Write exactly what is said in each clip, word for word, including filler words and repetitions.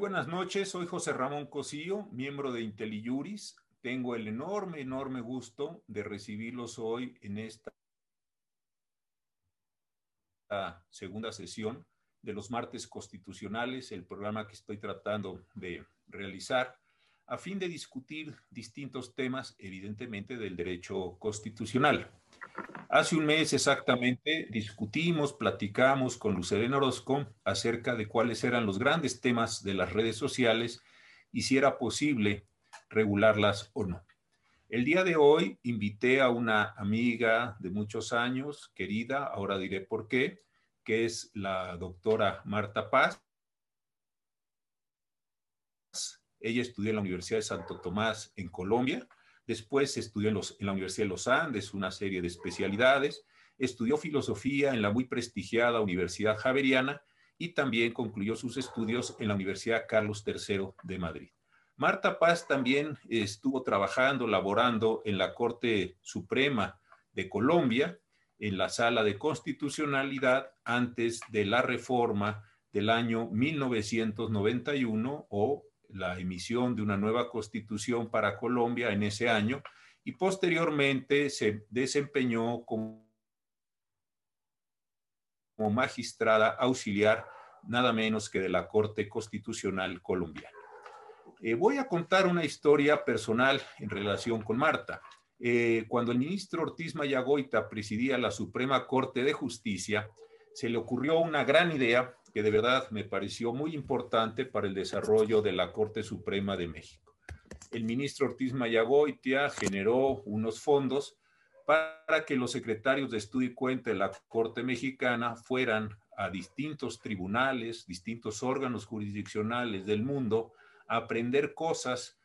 buenas noches, soy José Ramón Cosío, miembro de IntelliJuris. Tengo el enorme, enorme gusto de recibirlos hoy en esta segunda sesión de los martes constitucionales, el programa que estoy tratando de realizar a fin de discutir distintos temas, evidentemente, del derecho constitucional. Hace un mes exactamente discutimos, platicamos con Lucerena Orozco acerca de cuáles eran los grandes temas de las redes sociales y si era posible regularlas o no. El día de hoy invité a una amiga de muchos años, querida, ahora diré por qué, que es la doctora Marta Paz. Ella estudió en la Universidad de Santo Tomás en Colombia, después estudió en, los, en la Universidad de los Andes una serie de especialidades, estudió filosofía en la muy prestigiada Universidad Javeriana y también concluyó sus estudios en la Universidad Carlos tercero de Madrid. Marta Paz también estuvo trabajando, laborando en la Corte Suprema de Colombia, en la Sala de Constitucionalidad, antes de la reforma del año mil novecientos noventa y uno o la emisión de una nueva constitución para Colombia en ese año, y posteriormente se desempeñó como como magistrada auxiliar, nada menos que de la Corte Constitucional colombiana. Eh, voy a contar una historia personal en relación con Marta. Eh, cuando el ministro Ortiz Mayagoita presidía la Suprema Corte de Justicia, se le ocurrió una gran idea que de verdad me pareció muy importante para el desarrollo de la Corte Suprema de México. El ministro Ortiz Mayagoitia generó unos fondos para que los secretarios de estudio y cuenta de la Corte Mexicana fueran a distintos tribunales, distintos órganos jurisdiccionales del mundo a aprender cosas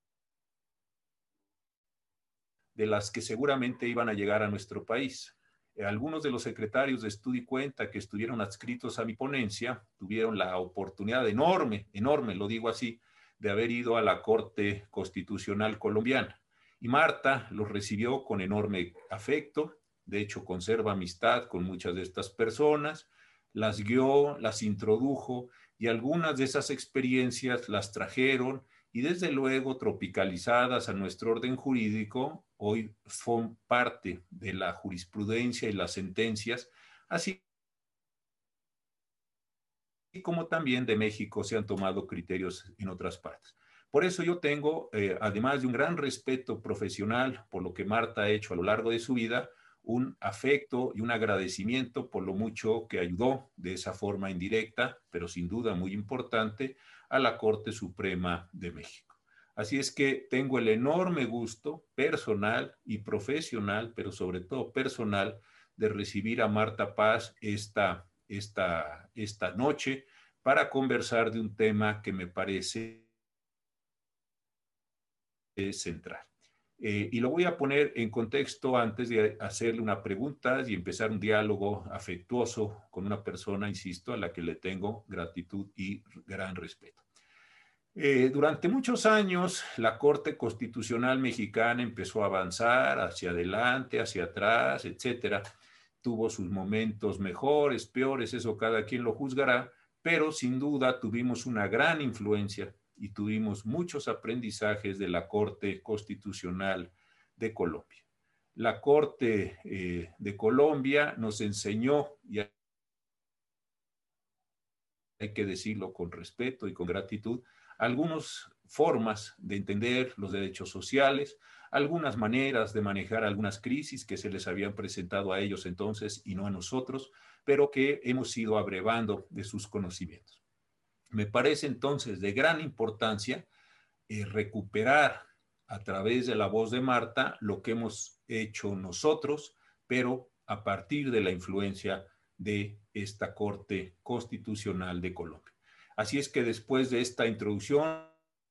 de las que seguramente iban a llegar a nuestro país. Algunos de los secretarios de estudio y cuenta que estuvieron adscritos a mi ponencia tuvieron la oportunidad enorme, enorme, lo digo así, de haber ido a la Corte Constitucional colombiana. Y Marta los recibió con enorme afecto, de hecho conserva amistad con muchas de estas personas, las guió, las introdujo y algunas de esas experiencias las trajeron y desde luego tropicalizadas a nuestro orden jurídico, hoy son parte de la jurisprudencia y las sentencias, así como también de México se han tomado criterios en otras partes. Por eso yo tengo, eh, además de un gran respeto profesional por lo que Marta ha hecho a lo largo de su vida, un afecto y un agradecimiento por lo mucho que ayudó de esa forma indirecta, pero sin duda muy importante, a la Corte Suprema de México. Así es que tengo el enorme gusto personal y profesional, pero sobre todo personal, de recibir a Marta Paz esta, esta, esta noche para conversar de un tema que me parece central. Eh, y lo voy a poner en contexto antes de hacerle una pregunta y empezar un diálogo afectuoso con una persona, insisto, a la que le tengo gratitud y gran respeto. Eh, durante muchos años, la Corte Constitucional Mexicana empezó a avanzar hacia adelante, hacia atrás, etcétera. Tuvo sus momentos mejores, peores, eso cada quien lo juzgará, pero sin duda tuvimos una gran influencia y tuvimos muchos aprendizajes de la Corte Constitucional de Colombia. La Corte eh, de Colombia nos enseñó, y hay que decirlo con respeto y con gratitud, algunas formas de entender los derechos sociales, algunas maneras de manejar algunas crisis que se les habían presentado a ellos entonces y no a nosotros, pero que hemos ido abrevando de sus conocimientos. Me parece entonces de gran importancia eh, recuperar a través de la voz de Marta lo que hemos hecho nosotros, pero a partir de la influencia de esta Corte Constitucional de Colombia. Así es que después de esta introducción,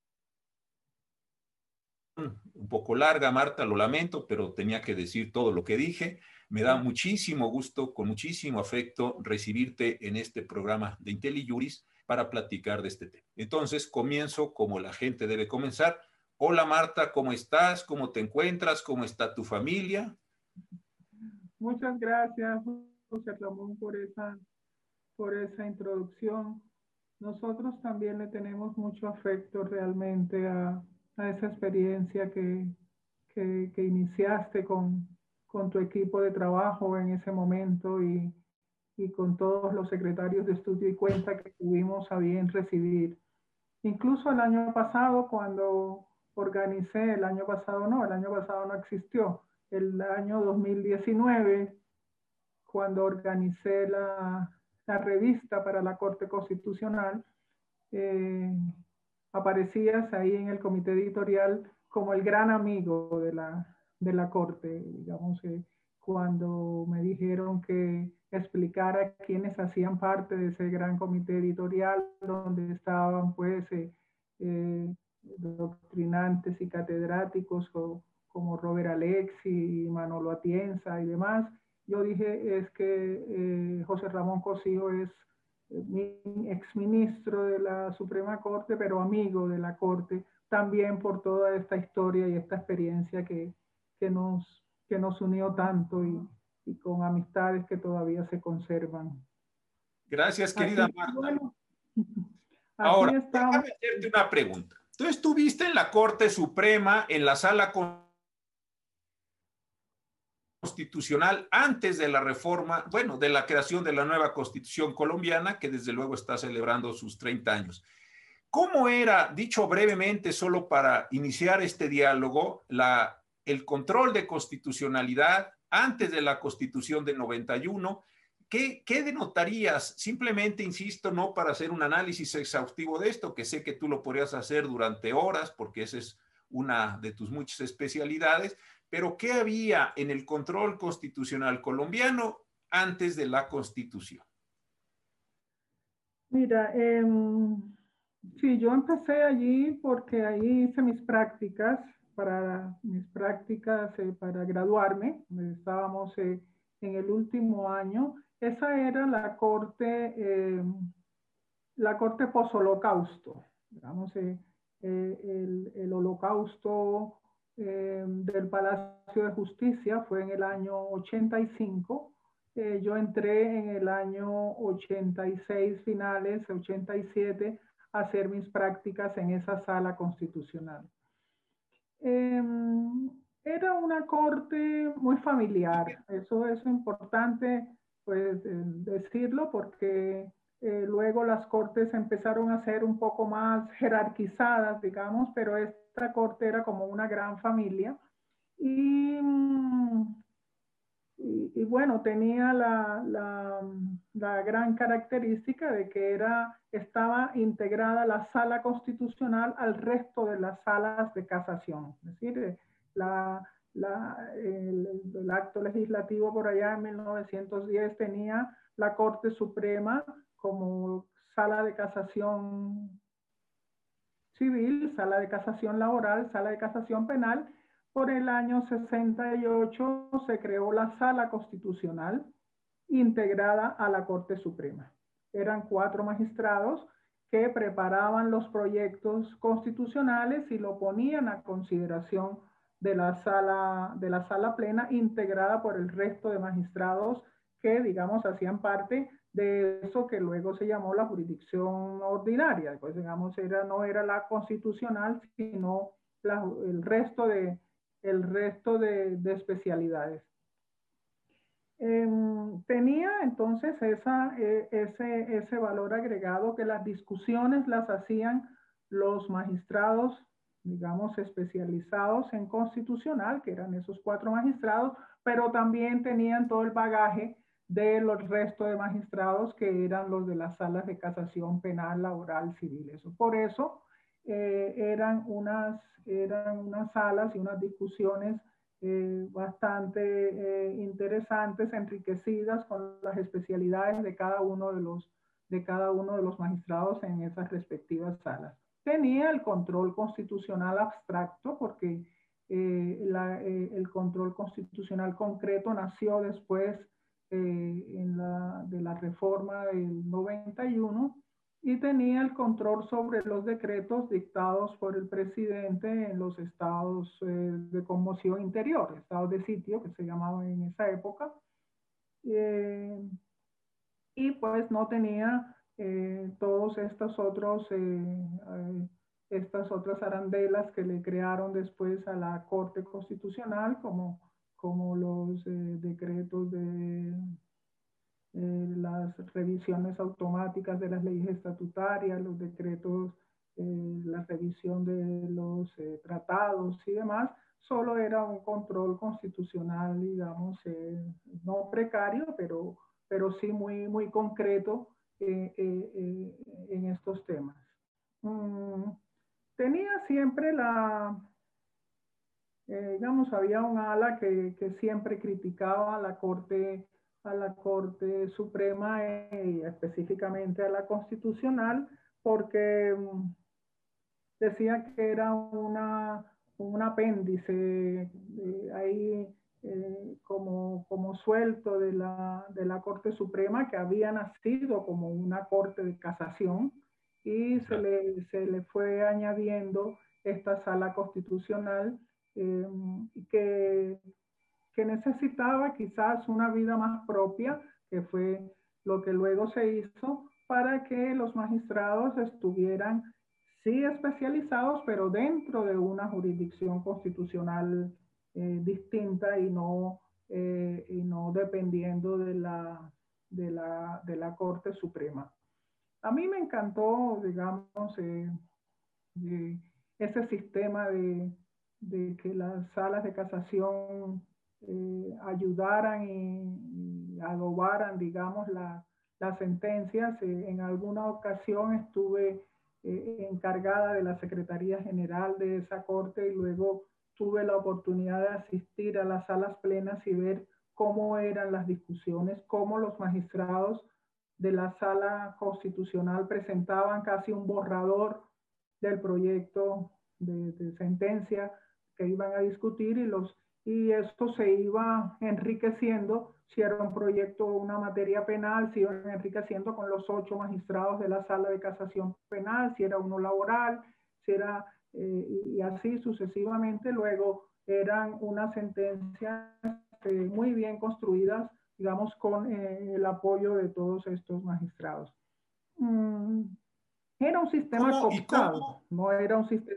un poco larga, Marta, lo lamento, pero tenía que decir todo lo que dije. Me da muchísimo gusto, con muchísimo afecto, recibirte en este programa de IntelliJuris para platicar de este tema. Entonces, comienzo como la gente debe comenzar. Hola, Marta, ¿cómo estás? ¿Cómo te encuentras? ¿Cómo está tu familia? Muchas gracias, José Ramón, por esa, por esa introducción. nosotros también le tenemos mucho afecto realmente a, a esa experiencia que, que, que iniciaste con, con tu equipo de trabajo en ese momento y, y con todos los secretarios de estudio y cuenta que tuvimos a bien recibir. Incluso el año pasado, cuando organicé, el año pasado no, el año pasado no existió, el año dos mil diecinueve, cuando organicé la, la revista para la Corte Constitucional, eh, aparecías ahí en el comité editorial como el gran amigo de la, de la Corte, digamos, eh, cuando me dijeron que explicara quiénes hacían parte de ese gran comité editorial, donde estaban pues eh, eh, doctrinantes y catedráticos como, como Robert Alexi, Manolo Atienza y demás. Yo dije, es que eh, José Ramón Cosío es mi exministro de la Suprema Corte, pero amigo de la Corte, también por toda esta historia y esta experiencia que, que, nos, que nos unió tanto y, y con amistades que todavía se conservan. Gracias, querida Así, Marta. bueno, así Ahora, estamos. déjame hacerte una pregunta. Tú estuviste en la Corte Suprema, en la Sala Constitucional, antes de la reforma, bueno, de la creación de la nueva Constitución colombiana, que desde luego está celebrando sus treinta años. ¿Cómo era, dicho brevemente, solo para iniciar este diálogo, la, el control de constitucionalidad antes de la Constitución de noventa y uno? ¿Qué, ¿Qué denotarías? Simplemente, insisto, no para hacer un análisis exhaustivo de esto, que sé que tú lo podrías hacer durante horas, porque esa es una de tus muchas especialidades, pero ¿qué había en el control constitucional colombiano antes de la Constitución? Mira, eh, sí, yo empecé allí porque ahí hice mis prácticas, para mis prácticas eh, para graduarme. Estábamos eh, en el último año. Esa era la corte, eh, la corte post-holocausto, digamos, eh, eh, el, el holocausto eh, del Palacio de Justicia fue en el año ochenta y cinco. Eh, yo entré en el año ochenta y seis finales, ochenta y siete, a hacer mis prácticas en esa sala constitucional. Eh, Era una corte muy familiar, eso es importante pues, eh, decirlo porque eh, luego las cortes empezaron a ser un poco más jerarquizadas, digamos, pero esta corte era como una gran familia y, y, y bueno, tenía la, la, la, gran característica de que era, estaba integrada la sala constitucional al resto de las salas de casación. Es decir, la, la, el, el acto legislativo por allá en mil novecientos diez tenía la Corte Suprema como sala de casación civil, sala de casación laboral, sala de casación penal. Por el año sesenta y ocho se creó la Sala Constitucional integrada a la Corte Suprema. Eran cuatro magistrados que preparaban los proyectos constitucionales y lo ponían a consideración de la sala, de la sala plena integrada por el resto de magistrados que, digamos, hacían parte de eso que luego se llamó la jurisdicción ordinaria. Pues, digamos, era, no era la constitucional, sino la, el resto de, el resto de, de especialidades. Eh, tenía entonces esa, eh, ese, ese valor agregado que las discusiones las hacían los magistrados, digamos, especializados en constitucional, que eran esos cuatro magistrados, pero también tenían todo el bagaje de los restos de magistrados que eran los de las salas de casación penal, laboral, civil. Eso. Por eso eh, eran, unas, eran unas salas y unas discusiones eh, bastante eh, interesantes, enriquecidas con las especialidades de cada uno de los, de cada uno de los magistrados en esas respectivas salas. Tenía el control constitucional abstracto porque eh, la, eh, el control constitucional concreto nació después eh, en la, de la reforma del noventa y uno y tenía el control sobre los decretos dictados por el presidente en los estados eh, de conmoción interior, estados de sitio que se llamaban en esa época, eh, y pues no tenía eh, todos estos otros, eh, eh, estas otras arandelas que le crearon después a la Corte Constitucional, como, como los eh, decretos de eh, las revisiones automáticas de las leyes estatutarias, los decretos, eh, la revisión de los eh, tratados y demás, solo era un control constitucional, digamos, eh, no precario, pero, pero sí muy, muy concreto eh, eh, eh, en estos temas. Mm, tenía siempre la, eh, digamos, había un ala que, que siempre criticaba a la Corte, a la Corte Suprema y específicamente a la Constitucional, porque mm, decía que era una, un apéndice eh, ahí eh, como, como suelto de la, de la Corte Suprema, que había nacido como una Corte de Casación, y se le, se le fue añadiendo esta sala constitucional eh, que, que necesitaba quizás una vida más propia, que fue lo que luego se hizo para que los magistrados estuvieran sí especializados, pero dentro de una jurisdicción constitucional eh, distinta y no, eh, y no dependiendo de la, de, la, de la Corte Suprema. A mí me encantó, digamos, eh, eh, ese sistema de, de, que las salas de casación eh, ayudaran y, y adobaran, digamos, la, las sentencias. Eh, en alguna ocasión estuve eh, encargada de la Secretaría General de esa corte y luego tuve la oportunidad de asistir a las salas plenas y ver cómo eran las discusiones, cómo los magistrados de la sala constitucional presentaban casi un borrador del proyecto de, de sentencia que iban a discutir y, los, y esto se iba enriqueciendo, si era un proyecto o una materia penal, se iban enriqueciendo con los ocho magistrados de la sala de casación penal, si era uno laboral, si era, eh, y así sucesivamente. Luego eran unas sentencias eh, muy bien construidas, digamos, con eh, el apoyo de todos estos magistrados. Mm, era un sistema ¿Cómo y cooptado, cómo? no era un sistema.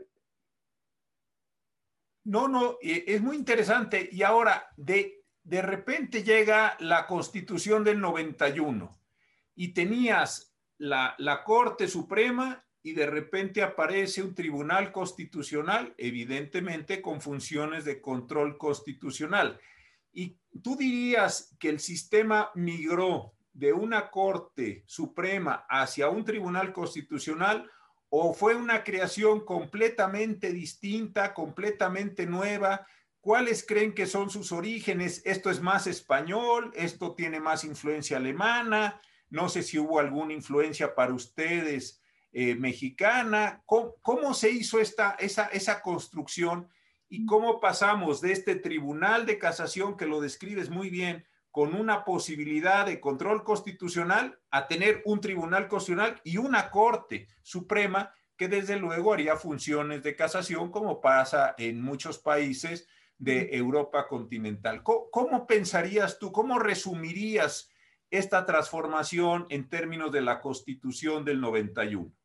No, no, eh, es muy interesante. Y ahora, de, de repente llega la Constitución del noventa y uno y tenías la, la Corte Suprema y de repente aparece un Tribunal Constitucional, evidentemente con funciones de control constitucional. Y tú dirías que el sistema migró de una Corte Suprema hacia un Tribunal Constitucional, o fue una creación completamente distinta, completamente nueva. ¿Cuáles creen que son sus orígenes? ¿Esto es más español? ¿Esto tiene más influencia alemana? No sé si hubo alguna influencia para ustedes eh, mexicana. ¿Cómo, cómo se hizo esta, esa, esa construcción y cómo pasamos de este tribunal de casación que lo describes muy bien, con una posibilidad de control constitucional, a tener un tribunal constitucional y una Corte Suprema que desde luego haría funciones de casación, como pasa en muchos países de Europa continental? ¿Cómo, cómo pensarías tú, cómo resumirías esta transformación en términos de la Constitución del noventa y uno?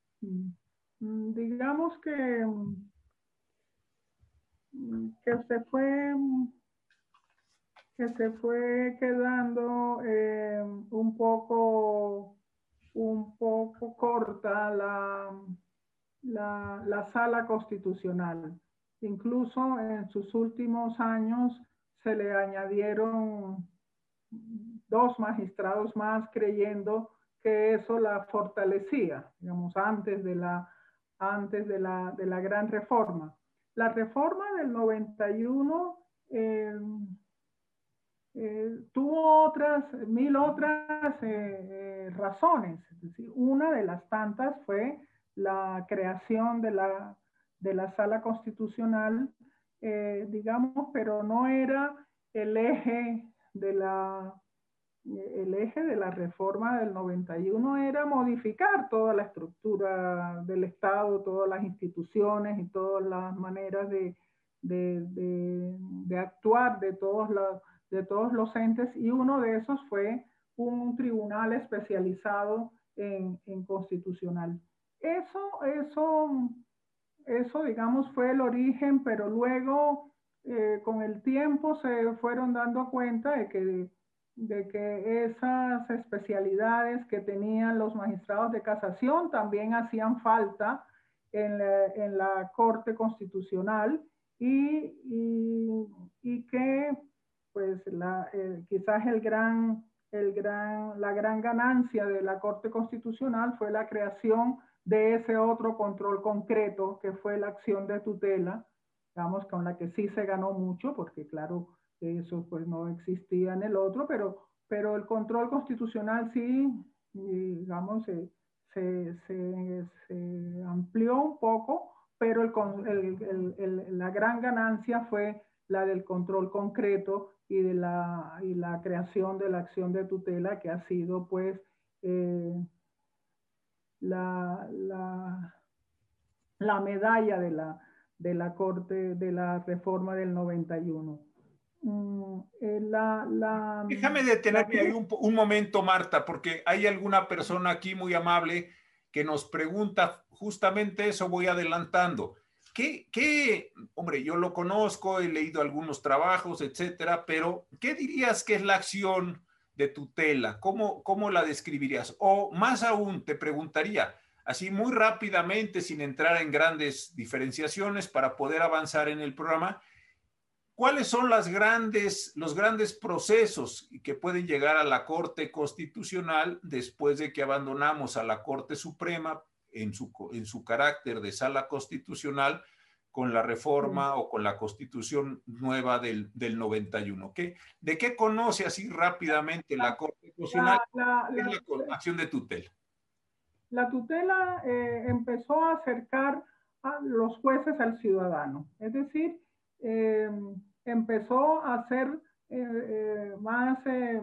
Digamos que, que se fue que se fue quedando eh, un poco un poco corta la, la, la sala constitucional. Incluso en sus últimos años se le añadieron dos magistrados más, creyendo que eso la fortalecía, digamos, antes de la, antes de la, de la gran reforma. La reforma del noventa y uno eh, eh, tuvo otras, mil otras eh, eh, razones. Es decir, una de las tantas fue la creación de la, de la sala constitucional, eh, digamos, pero no era el eje de la, el eje de la reforma del noventa y uno era modificar toda la estructura del Estado, todas las instituciones y todas las maneras de, de, de, de actuar de todos, los, de todos los entes, y uno de esos fue un tribunal especializado en, en constitucional. Eso, eso, eso, digamos, fue el origen, pero luego, eh, con el tiempo, se fueron dando cuenta de que, de que esas especialidades que tenían los magistrados de casación también hacían falta en la, en la Corte Constitucional y, y, y que, pues, la, eh, quizás el gran, el gran, la gran ganancia de la Corte Constitucional fue la creación de ese otro control concreto que fue la acción de tutela, digamos, con la que sí se ganó mucho, porque claro, eso pues no existía en el otro, pero, pero el control constitucional sí, digamos, se, se, se, se amplió un poco, pero el, el, el, el, la gran ganancia fue la del control concreto y de la, y la creación de la acción de tutela, que ha sido pues eh, la, la, la medalla de la, de la Corte de la Reforma del noventa y uno. Mm, eh, la, la, Déjame la, detenerme ahí un, un momento, Marta, porque hay alguna persona aquí muy amable que nos pregunta justamente eso, voy adelantando. ¿Qué, qué, hombre, yo lo conozco, he leído algunos trabajos, etcétera, pero ¿qué dirías que es la acción de tutela? ¿Cómo, cómo la describirías? O más aún, te preguntaría, así muy rápidamente, sin entrar en grandes diferenciaciones para poder avanzar en el programa, ¿cuáles son las grandes, los grandes procesos que pueden llegar a la Corte Constitucional después de que abandonamos a la Corte Suprema en su, en su carácter de sala constitucional con la reforma o con la Constitución nueva del, del noventa y uno? ¿Qué, ¿De qué conoce así rápidamente la Corte Constitucional? la, ¿Qué es la, la acción de tutela? La tutela eh, empezó a acercar a los jueces al ciudadano, es decir, eh, empezó a hacer eh, eh, más eh,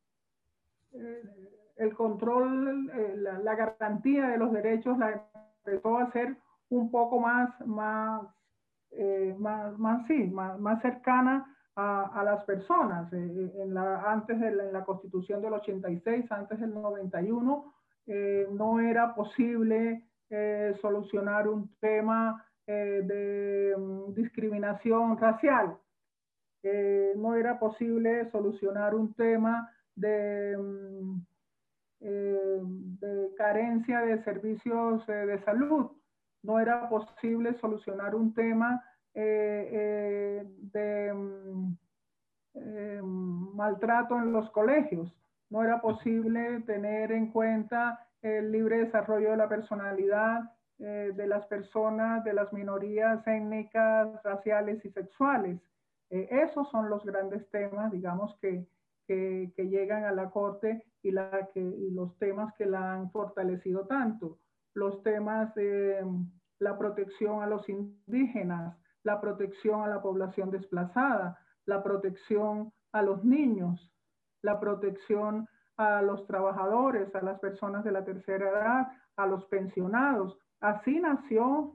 eh, el control, eh, la, la, garantía de los derechos, la empezó a hacer un poco más, más, eh, más, más, sí, más, más cercana a, a, las personas. Eh, en la, antes de la, en la Constitución del ochenta y seis, antes del noventa y uno, eh, no era posible eh, solucionar un tema eh, de um, discriminación racial. Eh, no era posible solucionar un tema de, um, eh, de carencia de servicios eh, de salud. No era posible solucionar un tema eh, eh, de um, eh, maltrato en los colegios. No era posible tener en cuenta el libre desarrollo de la personalidad eh, de las personas, de las minorías étnicas, raciales y sexuales. Eh, esos son los grandes temas, digamos, que, que, que llegan a la Corte y, la que, y los temas que la han fortalecido tanto. Los temas de la protección a los indígenas, la protección a la población desplazada, la protección a los niños, la protección a los trabajadores, a las personas de la tercera edad, a los pensionados. Así nació,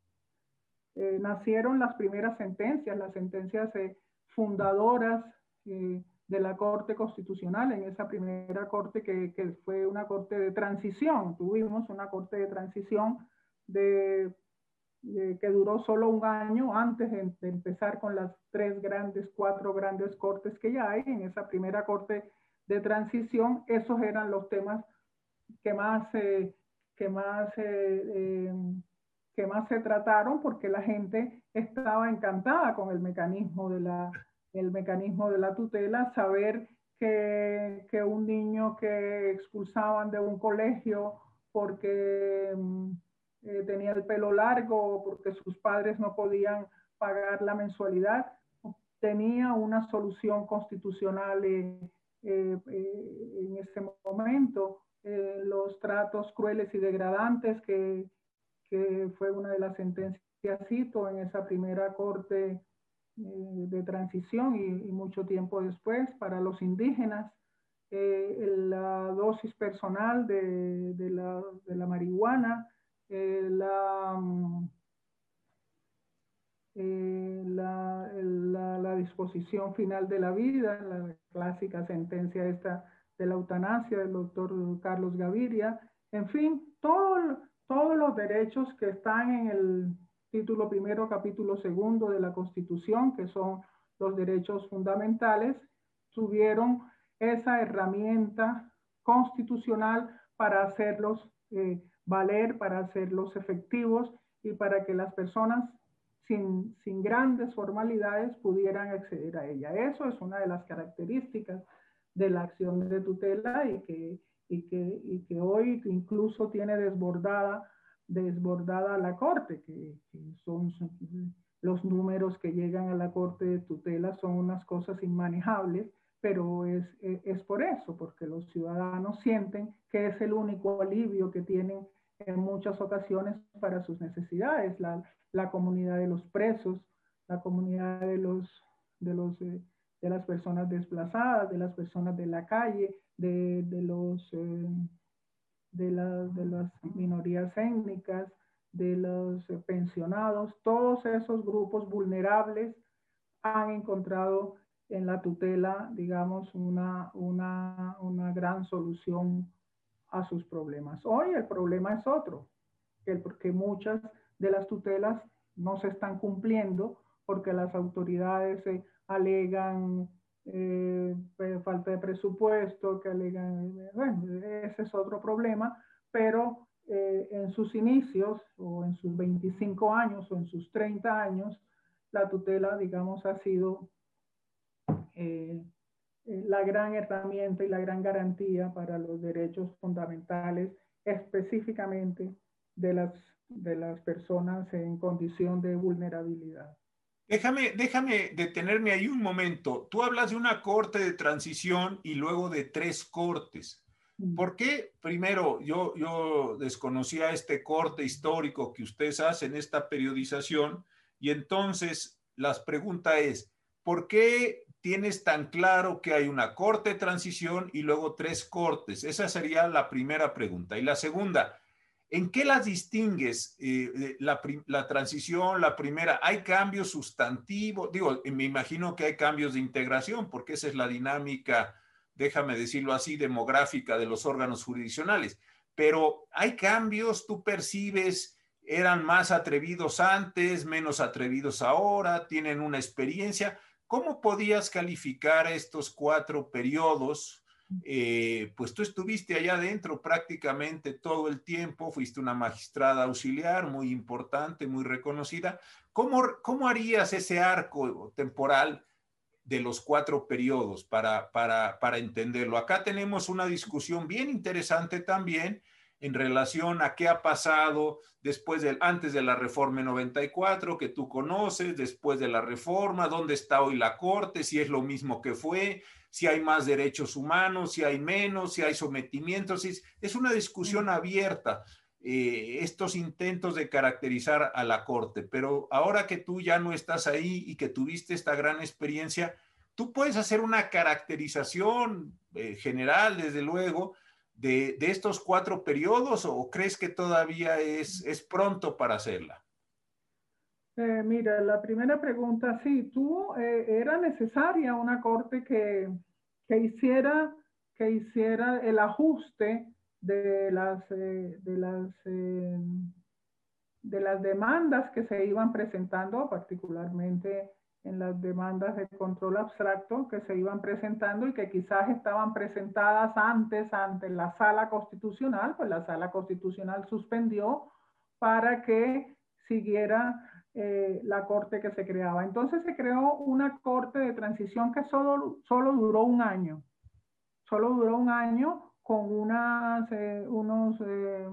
eh, nacieron las primeras sentencias, las sentencias eh, fundadoras eh, de la Corte Constitucional, en esa primera corte que, que fue una corte de transición. Tuvimos una corte de transición de que duró solo un año antes de, de empezar con las tres grandes, cuatro grandes cortes que ya hay. En esa primera corte de transición, esos eran los temas que más, eh, que más, eh, eh, que más se trataron, porque la gente estaba encantada con el mecanismo de la, el mecanismo de la tutela, saber que, que un niño que expulsaban de un colegio porque eh, tenía el pelo largo, porque sus padres no podían pagar la mensualidad, tenía una solución constitucional eh, eh, eh, en ese momento. Eh, los tratos crueles y degradantes, que, que fue una de las sentencias cito en esa primera corte eh, de transición y, y, mucho tiempo después para los indígenas. Eh, la dosis personal de, de, la, de la marihuana, eh, la, eh, la, la, la disposición final de la vida, la clásica sentencia esta de la eutanasia del doctor Carlos Gaviria. En fin, todo, todos los derechos que están en el título primero, capítulo segundo de la Constitución, que son los derechos fundamentales, tuvieron esa herramienta constitucional para hacerlos eh, valer, para hacerlos efectivos y para que las personas sin, sin grandes formalidades pudieran acceder a ella. Eso es una de las características de la acción de tutela y que, y que, y que hoy incluso tiene desbordada, desbordada la Corte, que, que son, son los números que llegan a la Corte de tutela son unas cosas inmanejables, pero es, es, es por eso, porque los ciudadanos sienten que es el único alivio que tienen en muchas ocasiones para sus necesidades. La, la comunidad de los presos, la comunidad de, los, de, los, eh, de las personas desplazadas, de las personas de la calle, de, de, los, eh, de, la, de las minorías étnicas, de los eh, pensionados, todos esos grupos vulnerables han encontrado en la tutela, digamos, una, una, una gran solución a sus problemas. Hoy el problema es otro, el, porque muchas de las tutelas no se están cumpliendo porque las autoridades eh, alegan eh, falta de presupuesto, que alegan, eh, bueno, ese es otro problema, pero eh, en sus inicios o en sus veinticinco años o en sus treinta años, la tutela, digamos, ha sido eh, la gran herramienta y la gran garantía para los derechos fundamentales, específicamente de las, de las personas en condición de vulnerabilidad. Déjame, déjame detenerme ahí un momento. Tú hablas de una corte de transición y luego de tres cortes. ¿Por qué? Primero, yo, yo desconocía este corte histórico que ustedes hacen, esta periodización, y entonces la pregunta es, ¿por qué tienes tan claro que hay una corte de transición y luego tres cortes? Esa sería la primera pregunta. Y la segunda, ¿en qué las distingues? Eh, la, la transición, la primera, ¿hay cambios sustantivos? Digo, me imagino que hay cambios de integración, porque esa es la dinámica, déjame decirlo así, demográfica de los órganos jurisdiccionales. Pero ¿hay cambios? ¿Tú percibes? ¿Eran más atrevidos antes, menos atrevidos ahora? ¿Tienen una experiencia? ¿Cómo podías calificar estos cuatro periodos? Eh, pues tú estuviste allá adentro prácticamente todo el tiempo, fuiste una magistrada auxiliar muy importante, muy reconocida. ¿Cómo, cómo harías ese arco temporal de los cuatro periodos para, para, para entenderlo? Acá tenemos una discusión bien interesante también en relación a qué ha pasado después del, antes de la reforma noventa y cuatro, que tú conoces, después de la reforma, dónde está hoy la Corte, si es lo mismo que fue, si hay más derechos humanos, si hay menos, si hay sometimientos. Es, es una discusión abierta, eh, estos intentos de caracterizar a la Corte. Pero ahora que tú ya no estás ahí y que tuviste esta gran experiencia, tú puedes hacer una caracterización eh, general, desde luego, de, de estos cuatro periodos, o crees que todavía es, es pronto para hacerla? Eh, mira, la primera pregunta, sí, tú, eh, ¿era necesaria una corte que, que, hiciera, que hiciera el ajuste de las, eh, de, las, eh, de las demandas que se iban presentando, particularmente en las demandas de control abstracto que se iban presentando y que quizás estaban presentadas antes ante la sala constitucional? Pues la sala constitucional suspendió para que siguiera eh, la corte que se creaba. Entonces se creó una corte de transición que solo, solo duró un año. Solo duró un año con unas, eh, unos eh,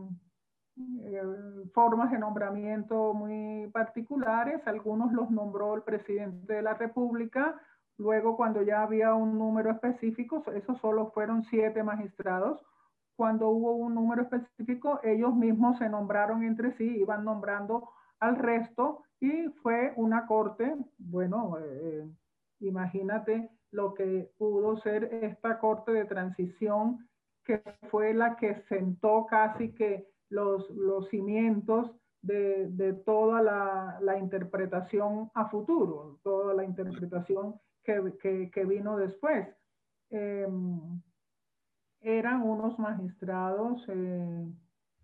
eh, formas de nombramiento muy particulares. Algunos los nombró el presidente de la República. Luego, cuando ya había un número específico, esos solo fueron siete magistrados. Cuando hubo un número específico, ellos mismos se nombraron entre sí, iban nombrando al resto y fue una corte, bueno, eh, imagínate lo que pudo ser esta corte de transición, que fue la que sentó casi que los, los cimientos de, de toda la, la, interpretación a futuro, toda la interpretación que, que, que vino después. Eh, eran unos magistrados eh,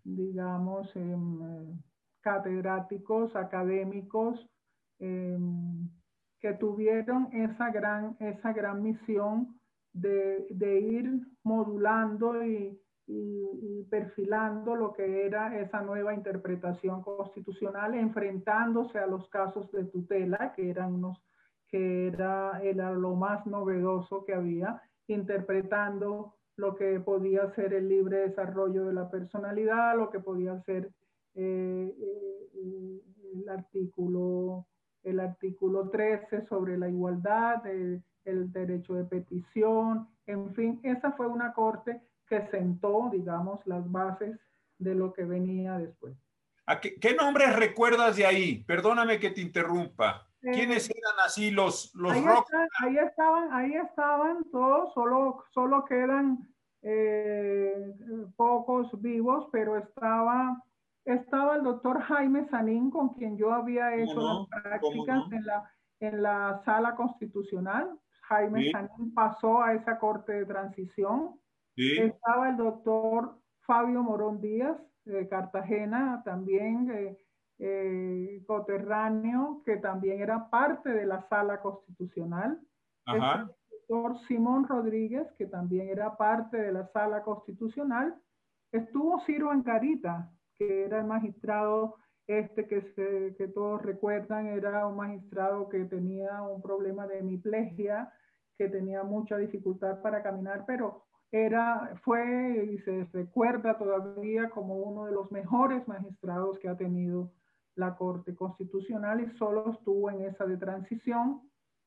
digamos, eh, catedráticos, académicos, eh, que tuvieron esa gran, esa gran misión de, de ir modulando y, y, y perfilando lo que era esa nueva interpretación constitucional, enfrentándose a los casos de tutela, que eran unos, que era, era lo más novedoso que había, interpretando lo que podía ser el libre desarrollo de la personalidad, lo que podía ser eh, eh, el artículo el artículo trece sobre la igualdad, el, el derecho de petición, en fin, esa fue una corte que sentó, digamos, las bases de lo que venía después. ¿A qué, qué nombres recuerdas de ahí? Perdóname que te interrumpa. Eh, ¿Quiénes eran así los, los ahí, rock? está, ahí estaban, ahí estaban todos, solo, solo quedan eh, pocos vivos, pero estaba, estaba el doctor Jaime Sanín, con quien yo había hecho ¿Cómo las no? ¿Cómo prácticas no? en la, en la sala constitucional. Jaime Sí, Sanín pasó a esa corte de transición. sí, Estaba el doctor Fabio Morón Díaz, de Cartagena, también eh, eh, coterráneo, que también era parte de la sala constitucional. Estaba ajá. el doctor Simón Rodríguez, que también era parte de la sala constitucional. Estuvo Ciro Angarita, que era el magistrado este que, se, que todos recuerdan, era un magistrado que tenía un problema de hemiplegia, que tenía mucha dificultad para caminar, pero era, fue y se recuerda todavía como uno de los mejores magistrados que ha tenido la Corte Constitucional, y solo estuvo en esa de transición.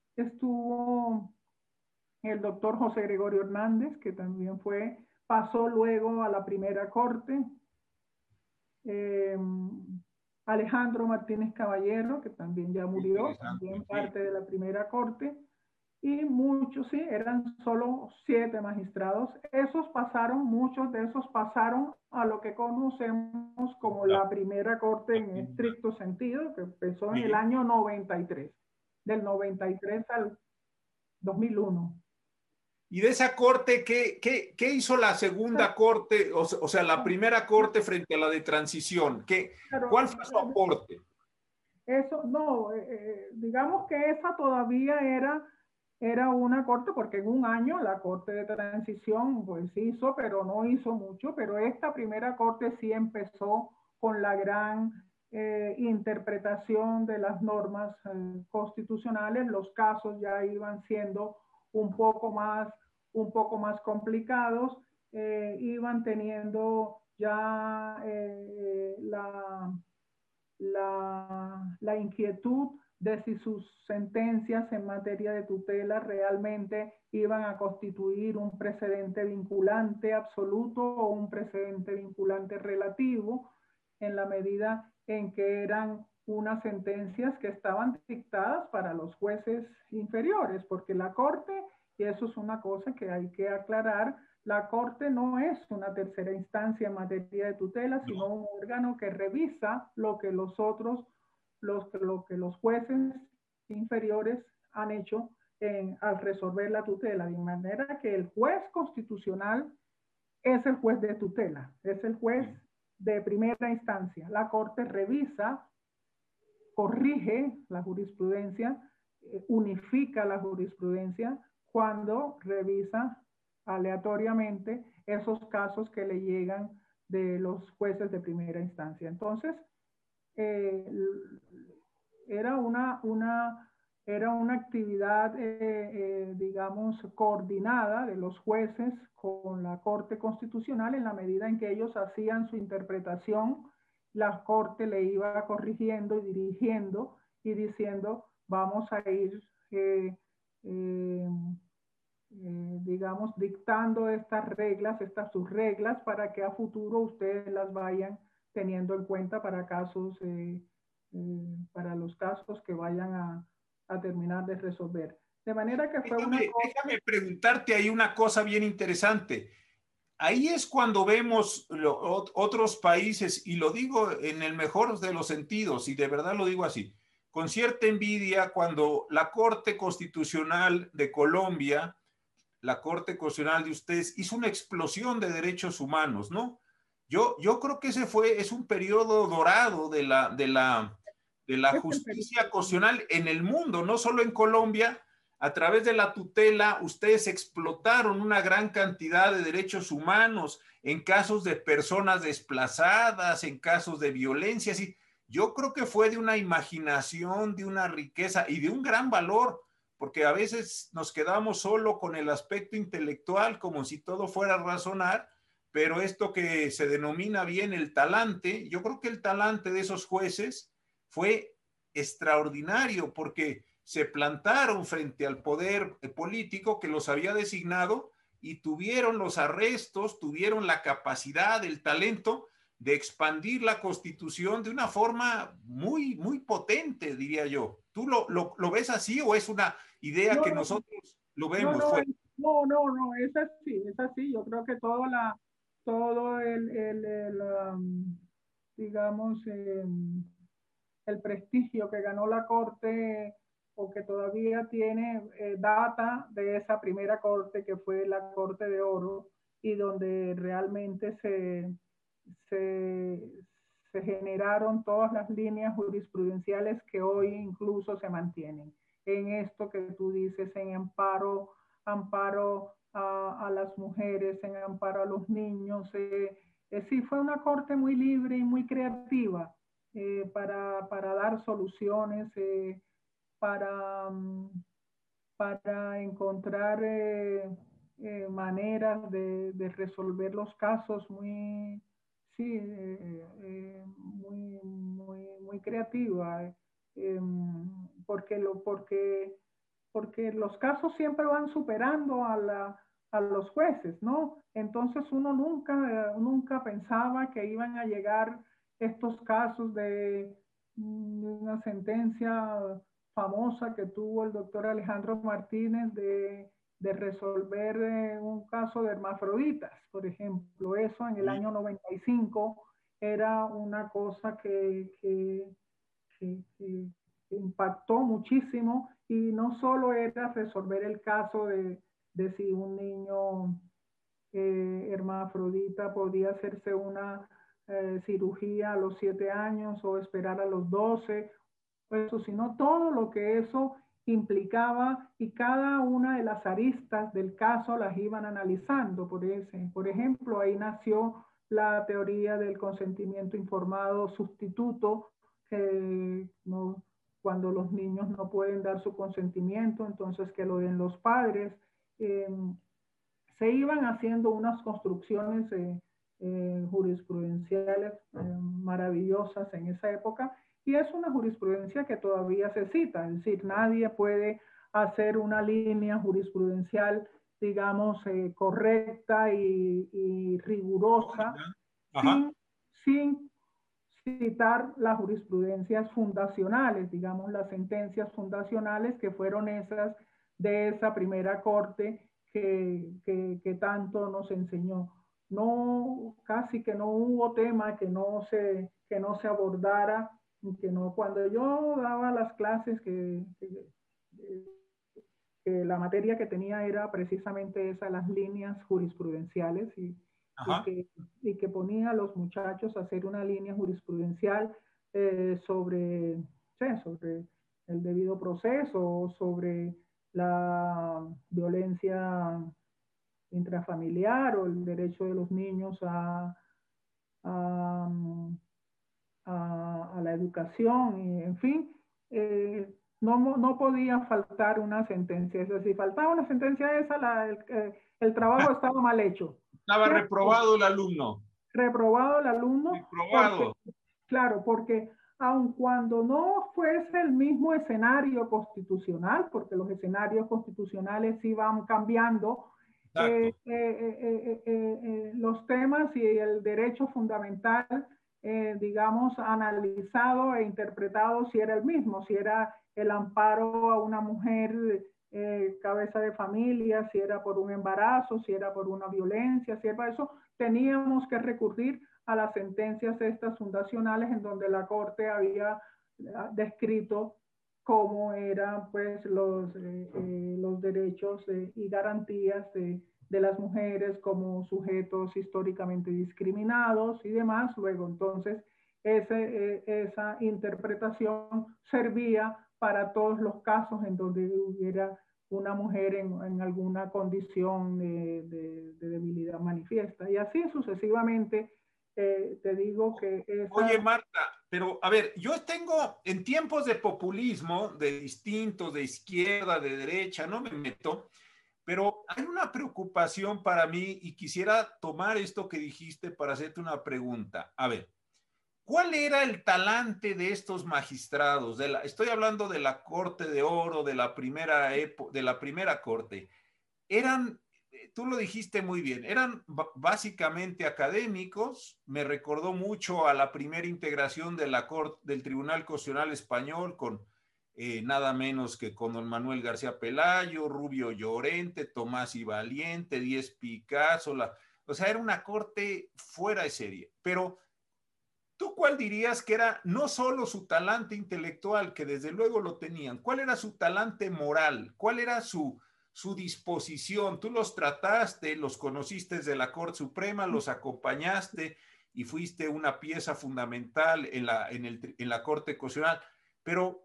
Estuvo el doctor José Gregorio Hernández, que también fue, pasó luego a la primera Corte. Eh, Alejandro Martínez Caballero, que también ya murió, también Interesante, sí. parte de la primera Corte. Y muchos, sí, eran solo siete magistrados. Esos pasaron, muchos de esos pasaron a lo que conocemos como La, la primera corte la en primera. estricto sentido, que empezó en el Sí. año noventa y tres, del noventa y tres al dos mil uno. Y de esa corte, ¿qué, qué, qué hizo la segunda corte? O, o sea, la primera corte frente a la de transición. ¿Qué, ¿Cuál fue su Pero aporte? eso, no, eh, eh, digamos que esa todavía era, era una corte, porque en un año la corte de transición pues hizo, pero no hizo mucho, pero esta primera corte sí empezó con la gran eh, interpretación de las normas eh, constitucionales. Los casos ya iban siendo un poco más, un poco más complicados, eh, iban teniendo ya eh, la la, la inquietud de si sus sentencias en materia de tutela realmente iban a constituir un precedente vinculante absoluto o un precedente vinculante relativo, en la medida en que eran unas sentencias que estaban dictadas para los jueces inferiores, porque la Corte, y eso es una cosa que hay que aclarar, la Corte no es una tercera instancia en materia de tutela, sino un órgano que revisa lo que los otros, los, lo que los jueces inferiores han hecho en, al resolver la tutela, de manera que el juez constitucional es el juez de tutela, es el juez de primera instancia. La Corte revisa, corrige la jurisprudencia, unifica la jurisprudencia cuando revisa aleatoriamente esos casos que le llegan de los jueces de primera instancia. Entonces, eh, era una, una, era una actividad, eh, eh, digamos, coordinada de los jueces con la Corte Constitucional, en la medida en que ellos hacían su interpretación, la Corte le iba corrigiendo y dirigiendo y diciendo, vamos a ir eh, eh, eh, digamos, dictando estas reglas, estas sus reglas, para que a futuro ustedes las vayan teniendo en cuenta para casos, eh, eh, para los casos que vayan a, a, terminar de resolver. De manera que fue una Déjame, cosa... déjame preguntarte ahí una cosa bien interesante. Ahí es cuando vemos lo, otros países, y lo digo en el mejor de los sentidos, y de verdad lo digo así, con cierta envidia cuando la Corte Constitucional de Colombia, la Corte Constitucional de ustedes, hizo una explosión de derechos humanos, ¿no? Yo, yo creo que ese fue, es un periodo dorado de la, de la, de la justicia constitucional en el mundo, no solo en Colombia. A través de la tutela, ustedes explotaron una gran cantidad de derechos humanos en casos de personas desplazadas, en casos de violencia. Sí, yo creo que fue de una imaginación, de una riqueza y de un gran valor, porque a veces nos quedamos solo con el aspecto intelectual, como si todo fuera a razonar, pero esto que se denomina bien el talante, yo creo que el talante de esos jueces fue extraordinario, porque se plantaron frente al poder político que los había designado y tuvieron los arrestos, tuvieron la capacidad, el talento de expandir la Constitución de una forma muy, muy potente, diría yo. ¿Tú lo, lo, lo ves así o es una idea No, que no, nosotros lo no, vemos no, fuera? no, no, no, es así, es así. Yo creo que todo, la, todo el, el, el um, digamos, eh, el prestigio que ganó la Corte o que todavía tiene eh, data de esa primera Corte que fue la Corte de Oro y donde realmente se, se, se generaron todas las líneas jurisprudenciales que hoy incluso se mantienen. En esto que tú dices, en amparo, amparo a, a las mujeres, en amparo a los niños. Eh, eh, sí, fue una corte muy libre y muy creativa eh, para, para dar soluciones, eh, para, um, para encontrar eh, eh, maneras de, de, resolver los casos muy, sí, eh, eh, muy, muy, muy creativa, eh, porque, lo, porque, porque los casos siempre van superando a, la, a los jueces, ¿no? Entonces uno nunca, nunca pensaba que iban a llegar estos casos de, de una sentencia famosa que tuvo el doctor Alejandro Martínez de, de resolver eh, un caso de hermafroditas, por ejemplo. Eso en el año noventa y cinco era una cosa que, que, que, que impactó muchísimo y no solo era resolver el caso de, de si un niño eh, hermafrodita podía hacerse una eh, cirugía a los siete años o esperar a los doce eso, sino todo lo que eso implicaba y cada una de las aristas del caso las iban analizando. Por, ese, por ejemplo, ahí nació la teoría del consentimiento informado sustituto, que no, cuando los niños no pueden dar su consentimiento, entonces que lo den los padres. Eh, se iban haciendo unas construcciones eh, eh, jurisprudenciales eh, maravillosas en esa época y es una jurisprudencia que todavía se cita, es decir, nadie puede hacer una línea jurisprudencial, digamos, eh, correcta y, y rigurosa Ajá. sin, sin citar las jurisprudencias fundacionales, digamos, las sentencias fundacionales que fueron esas de esa primera corte que, que, que tanto nos enseñó. No, casi que no hubo tema que no se, que no se abordara, que no, cuando yo daba las clases que, que, que la materia que tenía era precisamente esa, las líneas jurisprudenciales y, y, que, y que ponía a los muchachos a hacer una línea jurisprudencial eh, sobre, sí, sobre el debido proceso, sobre la violencia intrafamiliar o el derecho de los niños a, a, a, a la educación, y, en fin, eh, no, no podía faltar una sentencia. Es decir, si faltaba una sentencia esa, la, el, el, trabajo estaba mal hecho. Estaba ¿Cierto? reprobado el alumno. Reprobado el alumno, Reprobado. porque, claro, porque aun cuando no fuese el mismo escenario constitucional, porque los escenarios constitucionales iban cambiando, eh, eh, eh, eh, los temas y el derecho fundamental, eh, digamos, analizado e interpretado si era el mismo, si era el amparo a una mujer eh, cabeza de familia, si era por un embarazo, si era por una violencia, si era eso, teníamos que recurrir a las sentencias estas fundacionales en donde la Corte había descrito cómo eran pues los, eh, eh, los derechos eh, y garantías de, de las mujeres como sujetos históricamente discriminados y demás. Luego, entonces, ese, esa interpretación servía para todos los casos en donde hubiera una mujer en, en alguna condición de, de, de, debilidad manifiesta. Y así sucesivamente, eh, te digo que esa... Oye, Marta, pero a ver, yo tengo en tiempos de populismo, de distintos, de izquierda, de derecha, no me meto, pero hay una preocupación para mí y quisiera tomar esto que dijiste para hacerte una pregunta. A ver, ¿cuál era el talante de estos magistrados? De la, estoy hablando de la Corte de Oro, de la primera, de la primera Corte. Eran, tú lo dijiste muy bien, eran básicamente académicos. Me recordó mucho a la primera integración de la Corte, del Tribunal Constitucional Español con eh, nada menos que con don Manuel García Pelayo, Rubio Llorente, Tomás y Valiente, Díez Picasso. La, o sea, era una corte fuera de serie. Pero ¿tú cuál dirías que era no solo su talante intelectual, que desde luego lo tenían, cuál era su talante moral, cuál era su, su disposición? Tú los trataste, los conociste desde la Corte Suprema, los acompañaste y fuiste una pieza fundamental en la, en el, en la Corte Constitucional. Pero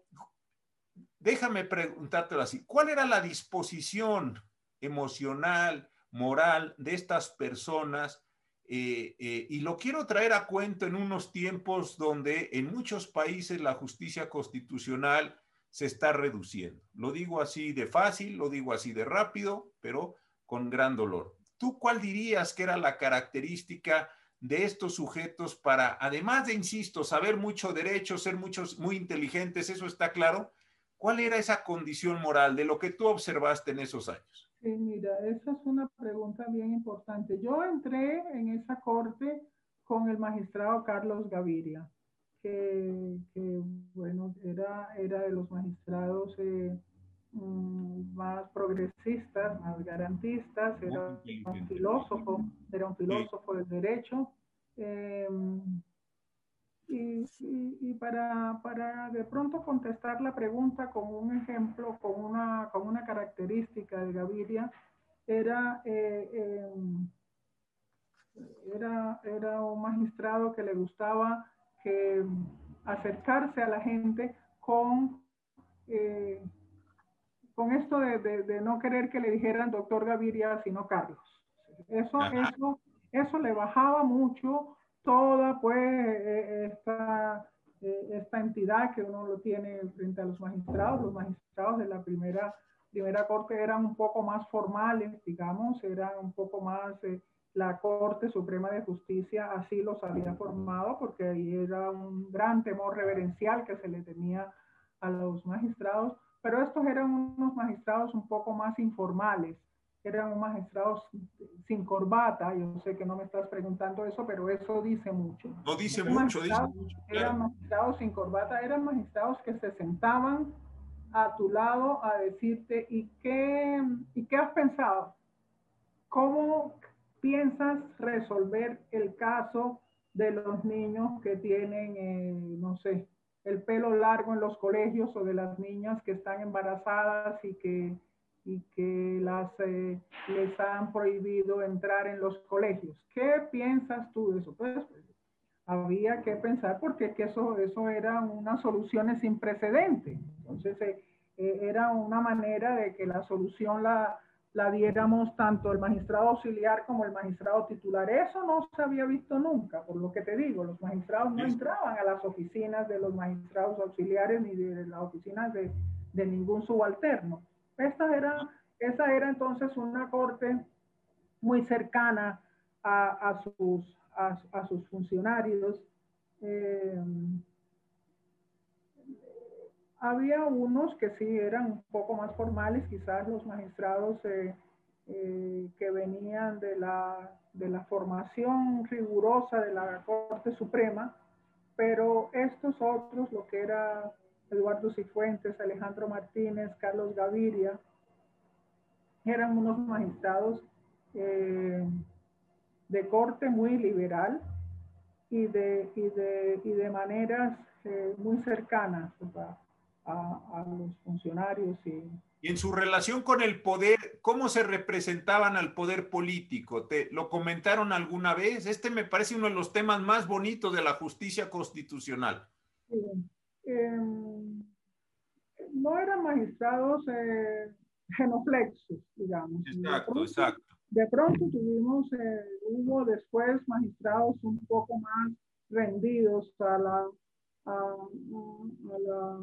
déjame preguntártelo así, ¿cuál era la disposición emocional, moral de estas personas? Eh, eh, y lo quiero traer a cuento en unos tiempos donde en muchos países la justicia constitucional se está reduciendo. Lo digo así de fácil, lo digo así de rápido, pero con gran dolor. ¿Tú cuál dirías que era la característica de estos sujetos para, además de, insisto, saber mucho derecho, ser muchos, muy inteligentes, eso está claro? ¿Cuál era esa condición moral de lo que tú observaste en esos años? Sí, mira, esa es una pregunta bien importante. Yo entré en esa corte con el magistrado Carlos Gaviria, que, que bueno, era, era de los magistrados eh, mm, más progresistas, más garantistas, era un filósofo, era un filósofo del derecho. Eh, y, y, y para, para, de pronto contestar la pregunta con un ejemplo, con una, con una característica de Gaviria, era, eh, eh, era, era un magistrado que le gustaba que acercarse a la gente con, eh, con esto de, de, de, no querer que le dijeran doctor Gaviria, sino Carlos. Eso, eso, eso le bajaba mucho toda pues esta, esta entidad que uno lo tiene frente a los magistrados. Los magistrados de la primera, primera corte eran un poco más formales, digamos, eran un poco más, eh, la Corte Suprema de Justicia así los había formado, porque ahí era un gran temor reverencial que se le tenía a los magistrados, pero estos eran unos magistrados un poco más informales, eran magistrados sin corbata. Yo sé que no me estás preguntando eso, pero eso dice mucho. No dice Eran mucho, dice magistrados, mucho, claro. Eran magistrados sin corbata, eran magistrados que se sentaban a tu lado a decirte, ¿y qué, ¿y qué has pensado? ¿Cómo piensas resolver el caso de los niños que tienen, eh, no sé, el pelo largo en los colegios, o de las niñas que están embarazadas y que, y que las, eh, les han prohibido entrar en los colegios? ¿Qué piensas tú de eso? Pues, pues había que pensar, porque que eso, eso eran unas soluciones sin precedentes. Entonces, eh, eh, era una manera de que la solución la, la diéramos tanto el magistrado auxiliar como el magistrado titular. Eso no se había visto nunca, por lo que te digo, los magistrados no entraban a las oficinas de los magistrados auxiliares ni de las oficinas de, de ningún subalterno. Esta era, esa era entonces una corte muy cercana a, a, sus, a, a, sus funcionarios. Eh, había unos que sí eran un poco más formales, quizás los magistrados eh, eh, que venían de la, de la formación rigurosa de la Corte Suprema, pero estos otros, lo que era Eduardo Cifuentes, Alejandro Martínez, Carlos Gaviria, eran unos magistrados eh, de corte muy liberal y de, y de, y de maneras eh, muy cercanas, o sea, a, a los funcionarios y, Y en su relación con el poder, ¿cómo se representaban al poder político? ¿Te lo comentaron alguna vez? Este me parece uno de los temas más bonitos de la justicia constitucional. Sí. Eh, no eran magistrados eh, genuflexos, digamos. De Exacto, pronto, exacto. de pronto tuvimos, eh, hubo después magistrados un poco más rendidos a la, a, a la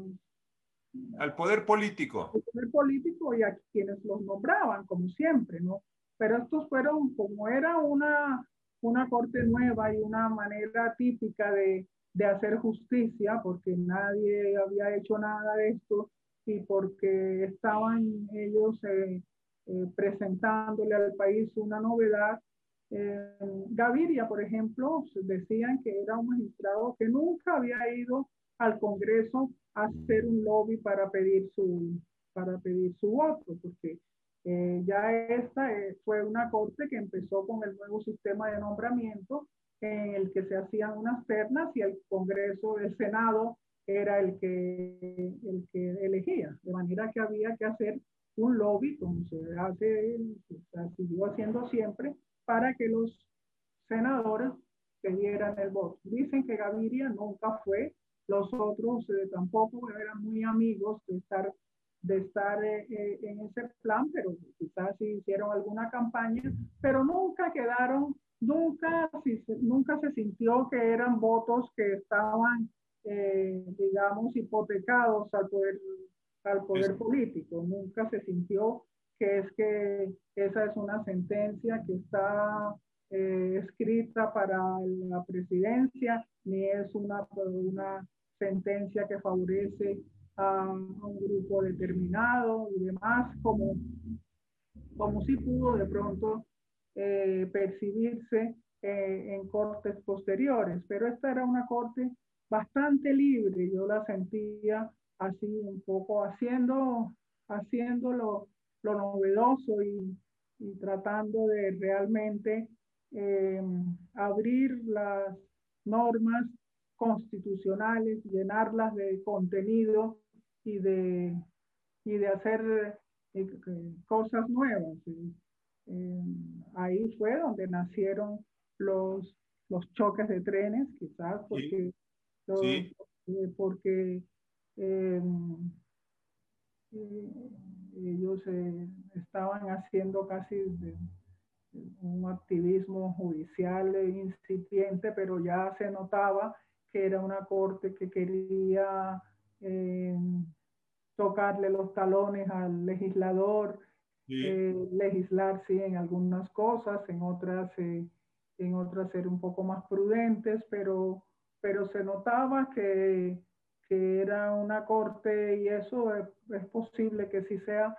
Al poder político. al poder político y a quienes los nombraban, como siempre, ¿no? Pero estos fueron, como era una, una corte nueva y una manera típica de, de hacer justicia, porque nadie había hecho nada de esto y porque estaban ellos eh, eh, presentándole al país una novedad. Eh, Gaviria, por ejemplo, decían que era un magistrado que nunca había ido al Congreso a hacer un lobby para pedir su, para pedir su voto, porque eh, ya esta eh, fue una corte que empezó con el nuevo sistema de nombramiento en el que se hacían unas ternas y el Congreso, el Senado, era el que, el que elegía, de manera que había que hacer un lobby, como se hace, se siguió haciendo siempre, para que los senadores que dieran el voto. Dicen que Gaviria nunca fue, los otros eh, tampoco eran muy amigos de estar, de estar eh, eh, en ese plan, pero quizás sí hicieron alguna campaña, pero nunca quedaron, nunca, si, nunca se sintió que eran votos que estaban, eh, digamos, hipotecados al poder, al poder político. Nunca se sintió que es que esa es una sentencia que está eh, escrita para la presidencia, ni es una, una sentencia que favorece a, a un grupo determinado y demás, como, como si pudo de pronto eh, percibirse eh, en cortes posteriores. Pero esta era una corte bastante libre, yo la sentía así un poco haciendo, haciendo lo, lo novedoso y, y tratando de realmente eh, abrir las normas constitucionales, llenarlas de contenido y de, y de hacer eh, cosas nuevas. Y, eh, ahí fue donde nacieron los, los choques de trenes, quizás Sí, porque, los, sí. eh, porque eh, eh, ellos eh, estaban haciendo casi de, un activismo judicial incipiente, pero ya se notaba que era una corte que quería eh, tocarle los talones al legislador, Sí. eh, legislar sí en algunas cosas, en otras, eh, en otras ser un poco más prudentes, pero, pero se notaba que, que era una corte y eso es, es posible que sí sea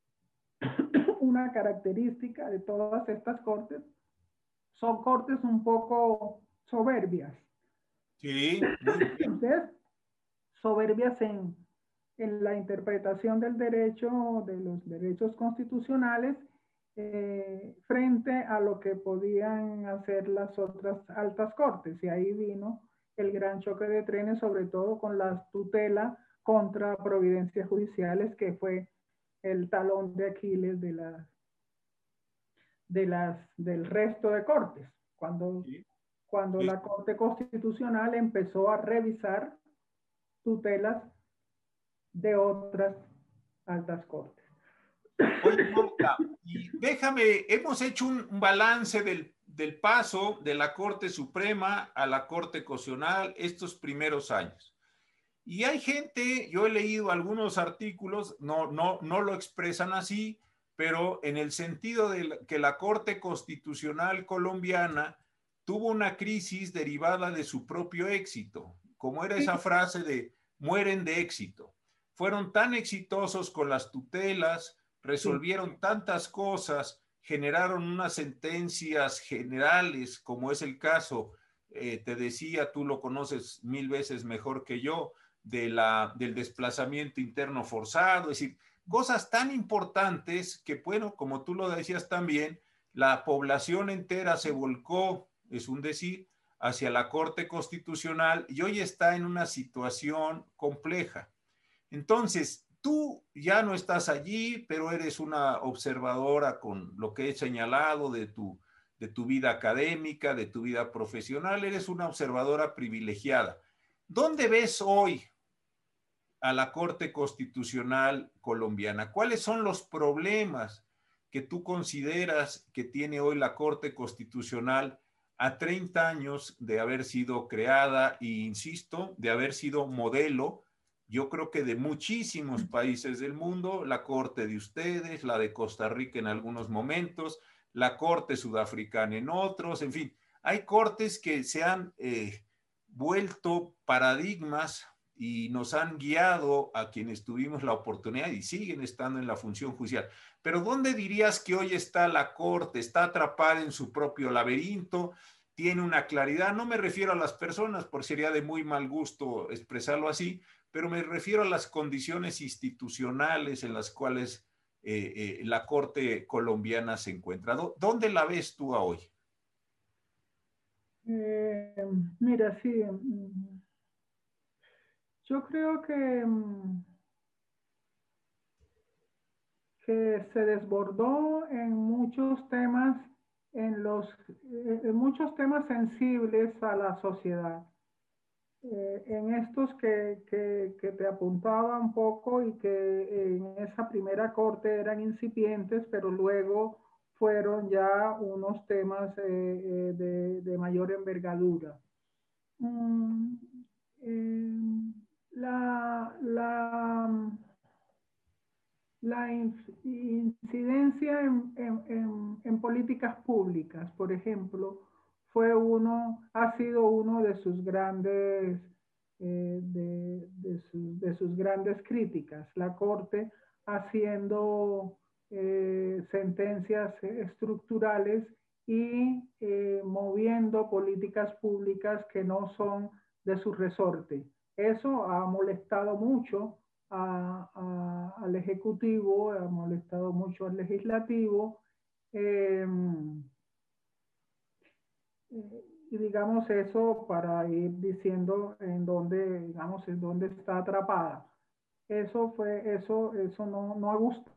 una característica de todas estas cortes, son cortes un poco soberbias. Sí, muy bien. Entonces, soberbias en, en la interpretación del derecho, de los derechos constitucionales, eh, frente a lo que podían hacer las otras altas cortes. Y ahí vino el gran choque de trenes, sobre todo con la tutela contra providencias judiciales, que fue el talón de Aquiles de las, de las, del resto de cortes. Cuando, Sí, cuando sí. la Corte Constitucional empezó a revisar tutelas de otras altas cortes. Oye, Marta, y déjame, hemos hecho un, un balance del, del paso de la Corte Suprema a la Corte Constitucional estos primeros años. Y hay gente, yo he leído algunos artículos, no, no, no lo expresan así, pero en el sentido de que la Corte Constitucional colombiana tuvo una crisis derivada de su propio éxito, como era esa frase de mueren de éxito. Fueron tan exitosos con las tutelas, Sí, resolvieron tantas cosas, generaron unas sentencias generales, como es el caso, eh, te decía, tú lo conoces mil veces mejor que yo, de la, del desplazamiento interno forzado, es decir, cosas tan importantes que, bueno, como tú lo decías también, la población entera se volcó, es un decir, hacia la Corte Constitucional y hoy está en una situación compleja. Entonces, Tú ya no estás allí, pero eres una observadora con lo que he señalado de tu, de tu vida académica, de tu vida profesional, eres una observadora privilegiada. ¿Dónde ves hoy a la Corte Constitucional colombiana? ¿Cuáles son los problemas que tú consideras que tiene hoy la Corte Constitucional a treinta años de haber sido creada e, insisto, de haber sido modelo? Yo creo que de muchísimos países del mundo, la Corte de ustedes, la de Costa Rica en algunos momentos, la Corte Sudafricana en otros, en fin, hay cortes que se han eh, vuelto paradigmas y nos han guiado a quienes tuvimos la oportunidad y siguen estando en la función judicial. Pero ¿dónde dirías que hoy está la Corte? ¿Está atrapada en su propio laberinto? ¿Tiene una claridad? No me refiero a las personas, porque sería de muy mal gusto expresarlo así, pero me refiero a las condiciones institucionales en las cuales eh, eh, la Corte colombiana se encuentra. ¿Dónde la ves tú a hoy? Eh, mira, sí, yo creo que, que se desbordó en muchos temas, en, los, en muchos temas sensibles a la sociedad. Eh, en estos que, que, que te apuntaba un poco y que en esa primera corte eran incipientes, pero luego fueron ya unos temas eh, eh, de, de mayor envergadura. Mm, eh, la, la, la incidencia en, en, en, en políticas públicas, por ejemplo, fue uno, ha sido uno de sus grandes, eh, de, de, su, de, sus grandes críticas. La Corte haciendo eh, sentencias estructurales y eh, moviendo políticas públicas que no son de su resorte. Eso ha molestado mucho a, a, al Ejecutivo, ha molestado mucho al Legislativo. Eh, y digamos eso para ir diciendo en dónde, digamos, en dónde está atrapada. Eso fue, eso, eso no, no ha gustado.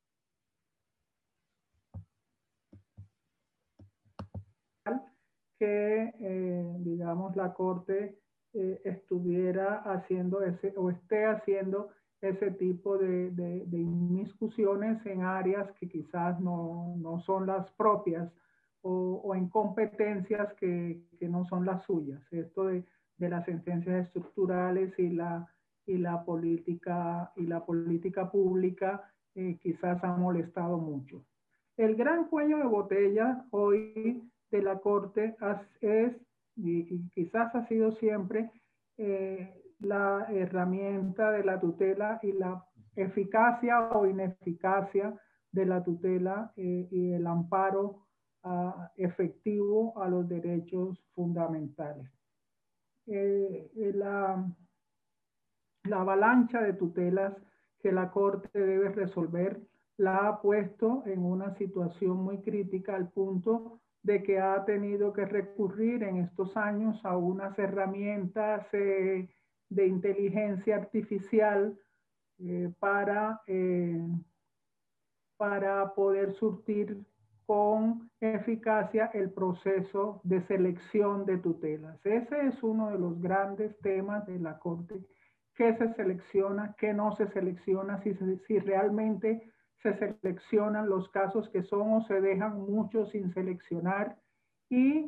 Que, eh, digamos, la Corte eh, estuviera haciendo ese, o esté haciendo ese tipo de, de, de inmiscusiones en áreas que quizás no, no son las propias o, o en competencias que, que, no son las suyas. Esto de, de las sentencias estructurales y la, y la, política, y la política pública eh, quizás ha molestado mucho. El gran cuello de botella hoy de la Corte es, y, y quizás ha sido siempre, eh, la herramienta de la tutela y la eficacia o ineficacia de la tutela eh, y el amparo uh, efectivo a los derechos fundamentales. Eh, la, la avalancha de tutelas que la Corte debe resolver la ha puesto en una situación muy crítica al punto de que ha tenido que recurrir en estos años a unas herramientas eh, de inteligencia artificial eh, para, eh, para poder surtir con eficacia el proceso de selección de tutelas. Ese es uno de los grandes temas de la Corte. ¿Qué se selecciona? ¿Qué no se selecciona? Si, si realmente se seleccionan los casos que son o se dejan muchos sin seleccionar. Y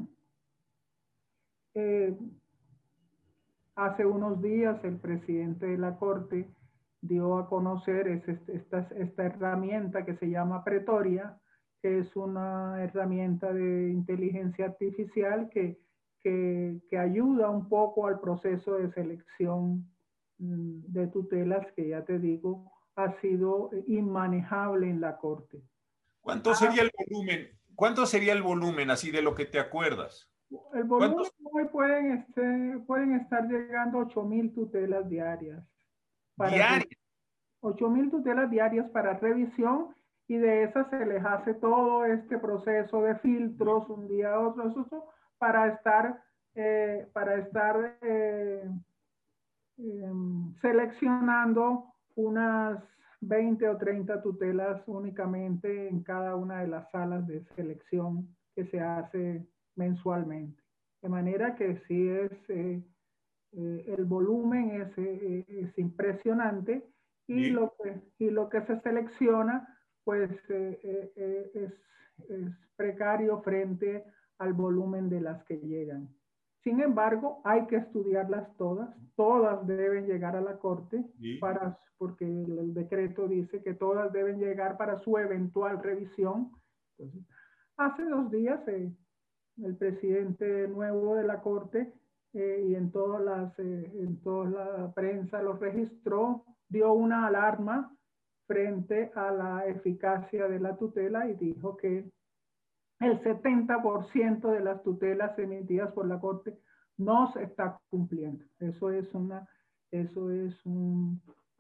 eh, hace unos días el presidente de la Corte dio a conocer esta, esta herramienta que se llama Pretoria, que es una herramienta de inteligencia artificial que, que, que ayuda un poco al proceso de selección de tutelas, que ya te digo, ha sido inmanejable en la Corte. ¿Cuánto sería el volumen? ¿Cuánto sería el volumen así de lo que te acuerdas? El volumen hoy pueden, este, pueden estar llegando a ocho mil tutelas diarias. ¿Diarias? ocho mil tutelas diarias para revisión, y de esas se les hace todo este proceso de filtros un día a otro, eso, para estar, eh, para estar eh, eh, seleccionando unas veinte o treinta tutelas únicamente en cada una de las salas de selección que se hace mensualmente. De manera que sí es, eh, eh, el volumen es, eh, es impresionante y lo, que, y lo que se selecciona pues eh, eh, es, es precario frente al volumen de las que llegan. Sin embargo, hay que estudiarlas todas, todas deben llegar a la Corte, para, porque el, el decreto dice que todas deben llegar para su eventual revisión. Entonces, hace dos días eh, el presidente nuevo de la Corte eh, y en, todas las, eh, en toda la prensa lo registró, dio una alarma frente a la eficacia de la tutela y dijo que el setenta por ciento de las tutelas emitidas por la Corte no se está cumpliendo. Eso es, una, eso es, un,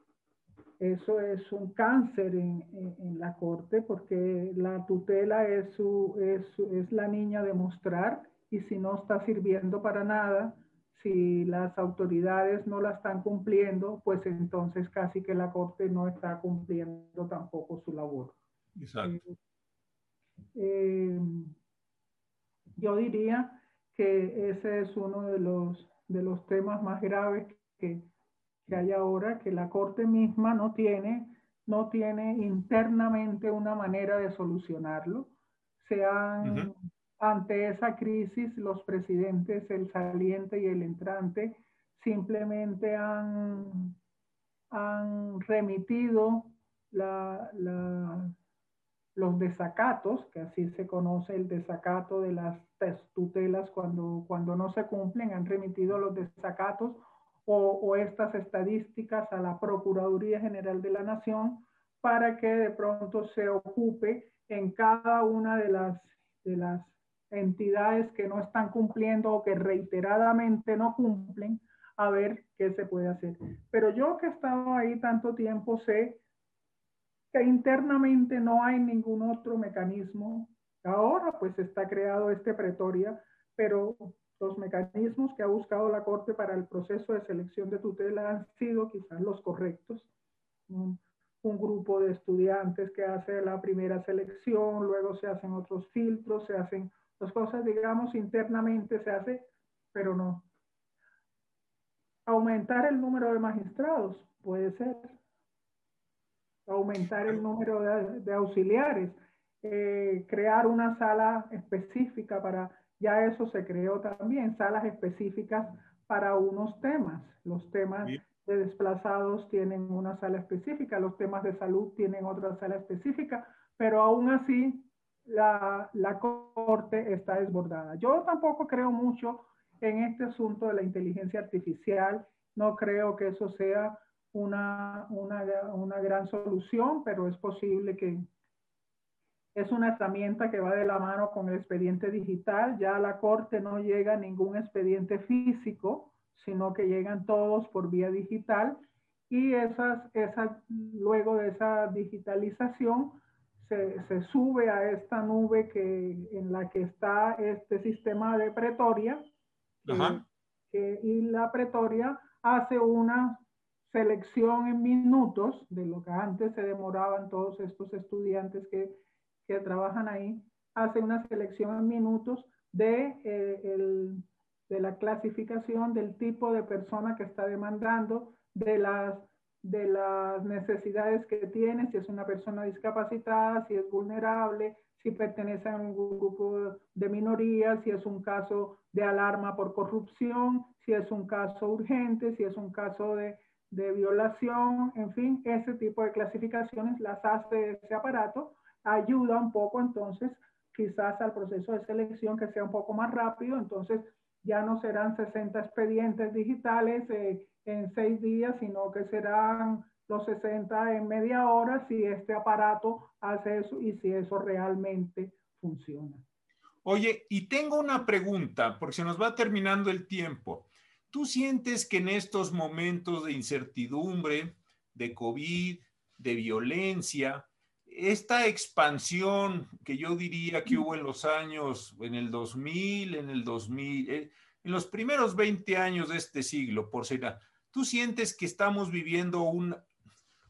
eso es un cáncer en, en, en la Corte, porque la tutela es, su, es, es la niña de mostrar, y si no está sirviendo para nada, si las autoridades no la están cumpliendo, pues entonces casi que la Corte no está cumpliendo tampoco su labor. Exacto. Eh, eh, Yo diría que ese es uno de los, de los temas más graves que, que hay ahora, que la Corte misma no tiene, no tiene internamente una manera de solucionarlo. Se han, uh-huh. Ante esa crisis, los presidentes, el saliente y el entrante, simplemente han, han remitido la, la los desacatos, que así se conoce el desacato de las tutelas cuando, cuando no se cumplen, han remitido los desacatos o, o estas estadísticas a la Procuraduría General de la Nación para que de pronto se ocupe en cada una de las, de las entidades que no están cumpliendo o que reiteradamente no cumplen, a ver qué se puede hacer. Pero yo que he estado ahí tanto tiempo sé que internamente no hay ningún otro mecanismo. Ahora pues está creado este Pretoria, pero los mecanismos que ha buscado la Corte para el proceso de selección de tutela han sido quizás los correctos. Un, un grupo de estudiantes que hace la primera selección, luego se hacen otros filtros, se hacen las cosas, digamos, internamente se hace, pero no. Aumentar el número de magistrados, puede ser. Aumentar el número de, de auxiliares, eh, crear una sala específica para, ya eso se creó también, salas específicas para unos temas. Los temas Bien. de desplazados tienen una sala específica, los temas de salud tienen otra sala específica, pero aún así la, la Corte está desbordada. Yo tampoco creo mucho en este asunto de la inteligencia artificial, no creo que eso sea Una, una, una gran solución, pero es posible que es una herramienta que va de la mano con el expediente digital. Ya a la Corte no llega ningún expediente físico, sino que llegan todos por vía digital, y esas, esas, luego de esa digitalización se, se sube a esta nube que, en la que está este sistema de Pretoria, que, que, y la Pretoria hace una selección en minutos de lo que antes se demoraban todos estos estudiantes que, que trabajan ahí, hace una selección en minutos de, eh, el, de la clasificación del tipo de persona que está demandando, de las, de las necesidades que tiene, si es una persona discapacitada, si es vulnerable, si pertenece a un grupo de minorías, si es un caso de alarma por corrupción, si es un caso urgente, si es un caso de de violación, en fin, ese tipo de clasificaciones las hace ese aparato, ayuda un poco entonces quizás al proceso de selección que sea un poco más rápido, entonces ya no serán sesenta expedientes digitales eh, en seis días, sino que serán los sesenta en media hora si este aparato hace eso y si eso realmente funciona. Oye, y tengo una pregunta, porque se nos va terminando el tiempo. ¿Tú sientes que en estos momentos de incertidumbre, de COVID, de violencia, esta expansión que yo diría que hubo en los años, en el dos mil, en el dos mil, eh, en los primeros veinte años de este siglo, por ser, ¿tú sientes que estamos viviendo un,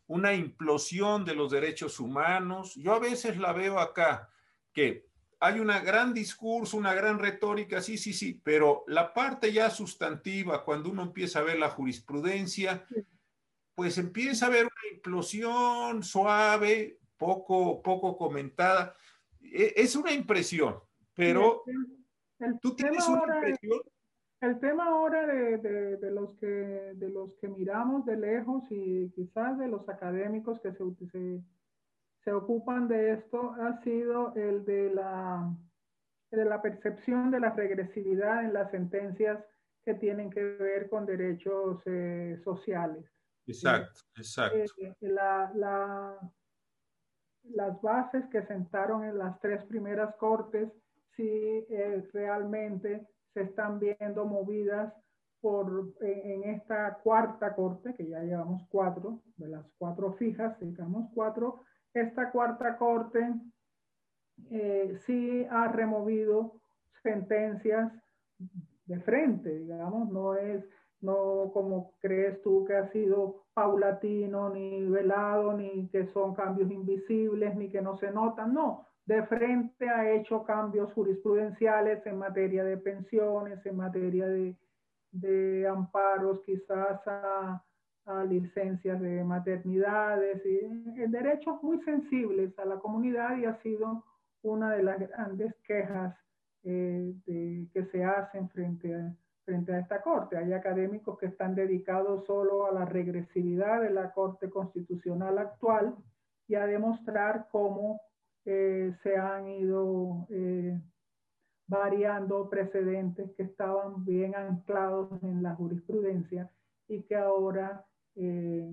una implosión de los derechos humanos. Yo a veces la veo acá, que hay un gran discurso, una gran retórica, sí, sí, sí, pero la parte ya sustantiva, cuando uno empieza a ver la jurisprudencia, pues empieza a haber una implosión suave, poco, poco comentada. Es una impresión, Sí, el, pero el tú tema tienes una ahora, impresión. el tema ahora de, de, de los que, de los que miramos de lejos y quizás de los académicos que se, se, se ocupan de esto ha sido el de la, de la percepción de la regresividad en las sentencias que tienen que ver con derechos eh, sociales. ¿Sí? Exacto, exacto. Eh, la, la, las bases que sentaron en las tres primeras cortes sí eh, realmente se están viendo movidas por, en, en esta cuarta corte, que ya llevamos cuatro, de las cuatro fijas, digamos cuatro, esta cuarta corte eh, sí ha removido sentencias de frente, digamos, no es, no como crees tú que ha sido paulatino, ni velado, ni que son cambios invisibles, ni que no se notan, no, de frente ha hecho cambios jurisprudenciales en materia de pensiones, en materia de, de amparos quizás a, a licencias de maternidades, y en derechos muy sensibles a la comunidad, y ha sido una de las grandes quejas eh, de, que se hacen frente a, frente a esta Corte. Hay académicos que están dedicados solo a la regresividad de la Corte Constitucional actual y a demostrar cómo eh, se han ido eh, variando precedentes que estaban bien anclados en la jurisprudencia y que ahora eh,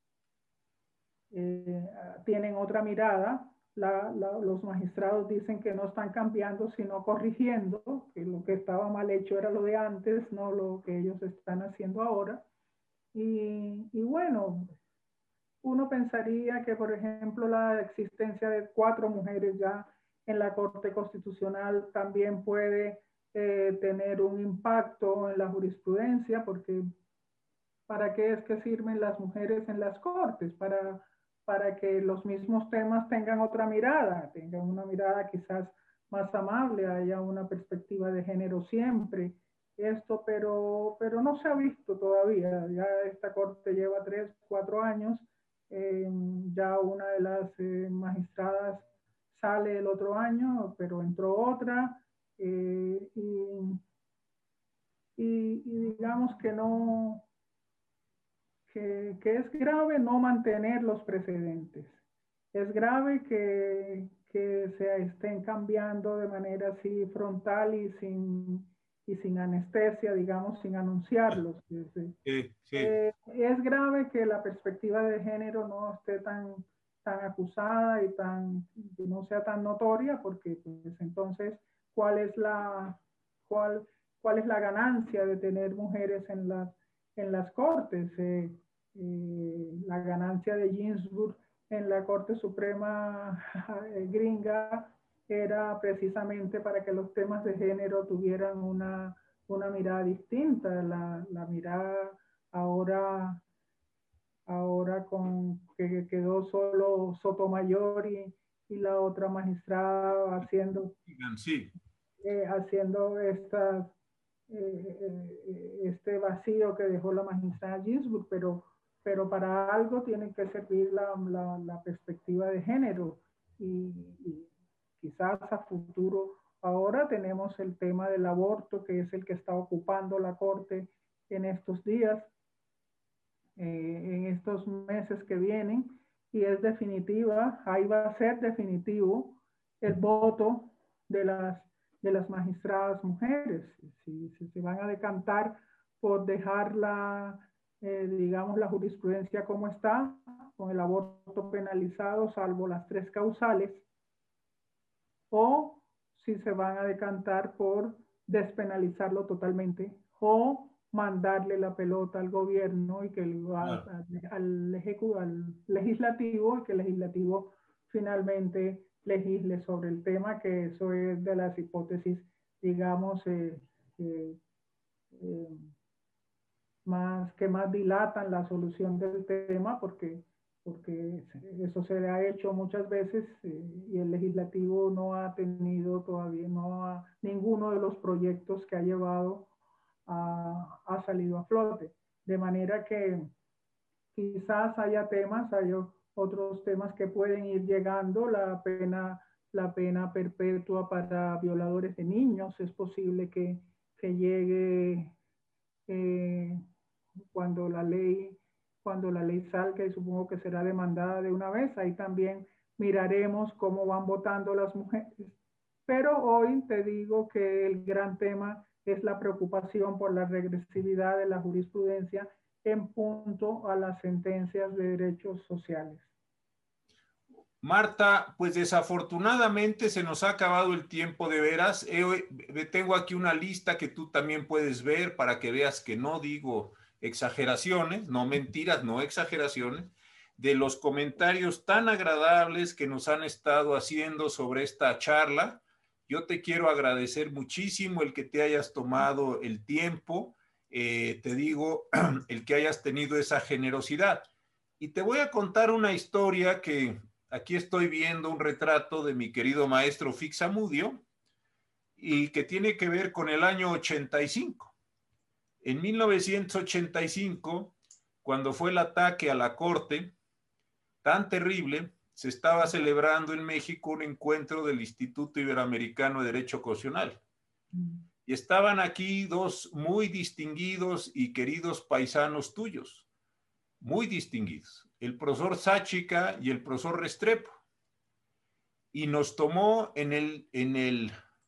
eh, tienen otra mirada. La, la, los magistrados dicen que no están cambiando, sino corrigiendo, que lo que estaba mal hecho era lo de antes, no lo que ellos están haciendo ahora. Y, y bueno, uno pensaría que, por ejemplo, la existencia de cuatro mujeres ya en la Corte Constitucional también puede eh, tener un impacto en la jurisprudencia, porque ¿para qué es que sirven las mujeres en las cortes? Para, para que los mismos temas tengan otra mirada, tengan una mirada quizás más amable, haya una perspectiva de género siempre. Esto, pero, pero no se ha visto todavía. Ya esta corte lleva tres, cuatro años. Eh, ya una de las eh, magistradas sale el otro año, pero entró otra. Eh, y, y, y digamos que no, que, que es grave no mantener los precedentes. Es grave que, que se estén cambiando de manera así frontal y sin, y sin anestesia, digamos, sin anunciarlos. Sí, sí. Eh, es grave que la perspectiva de género no esté tan, tan acusada y tan, que no sea tan notoria, porque pues entonces, ¿cuál es la, cuál, cuál es la ganancia de tener mujeres en las, en las cortes? Eh, eh, la ganancia de Ginsburg en la Corte Suprema gringa era precisamente para que los temas de género tuvieran una, una mirada distinta, la, la mirada ahora, ahora con que quedó solo Sotomayor y, y la otra magistrada haciendo, Sí. eh, haciendo estas, eh, eh, este vacío que dejó la magistrada Ginsburg, pero, pero para algo tiene que servir la, la, la perspectiva de género y, y quizás a futuro. Ahora tenemos el tema del aborto, que es el que está ocupando la Corte en estos días, eh, en estos meses que vienen, y es definitiva, ahí va a ser definitivo el voto de las, de las magistradas mujeres, si, si se van a decantar por dejar la, eh, digamos, la jurisprudencia como está, con el aborto penalizado, salvo las tres causales, o si se van a decantar por despenalizarlo totalmente, o mandarle la pelota al gobierno y que el, Claro. al, al, ejecu, al legislativo, y que el legislativo finalmente legisle sobre el tema, que eso es de las hipótesis, digamos, eh, eh, eh, más, que más dilatan la solución del tema, porque porque eso se le ha hecho muchas veces eh, y el legislativo no ha tenido todavía, no ha, ninguno de los proyectos que ha llevado ha, ha salido a flote. De manera que quizás haya temas, hay otros temas que pueden ir llegando, la pena, la pena perpetua para violadores de niños, es posible que, que llegue eh, cuando la ley cuando la ley salga, y supongo que será demandada de una vez. Ahí también miraremos cómo van votando las mujeres. Pero hoy te digo que el gran tema es la preocupación por la regresividad de la jurisprudencia en punto a las sentencias de derechos sociales. Marta, pues desafortunadamente se nos ha acabado el tiempo de veras. Eh, tengo aquí una lista que tú también puedes ver para que veas que no digo exageraciones, no mentiras, no exageraciones, de los comentarios tan agradables que nos han estado haciendo sobre esta charla. Yo te quiero agradecer muchísimo el que te hayas tomado el tiempo, eh, te digo, el que hayas tenido esa generosidad. Y te voy a contar una historia que aquí estoy viendo un retrato de mi querido maestro Fix Zamudio y que tiene que ver con el año ochenta y cinco. En mil novecientos ochenta y cinco, cuando fue el ataque a la Corte, tan terrible, se estaba celebrando en México un encuentro del Instituto Iberoamericano de Derecho Constitucional. Y estaban aquí dos muy distinguidos y queridos paisanos tuyos, muy distinguidos, el profesor Sáchica y el profesor Restrepo. Y nos tomó en el, en el,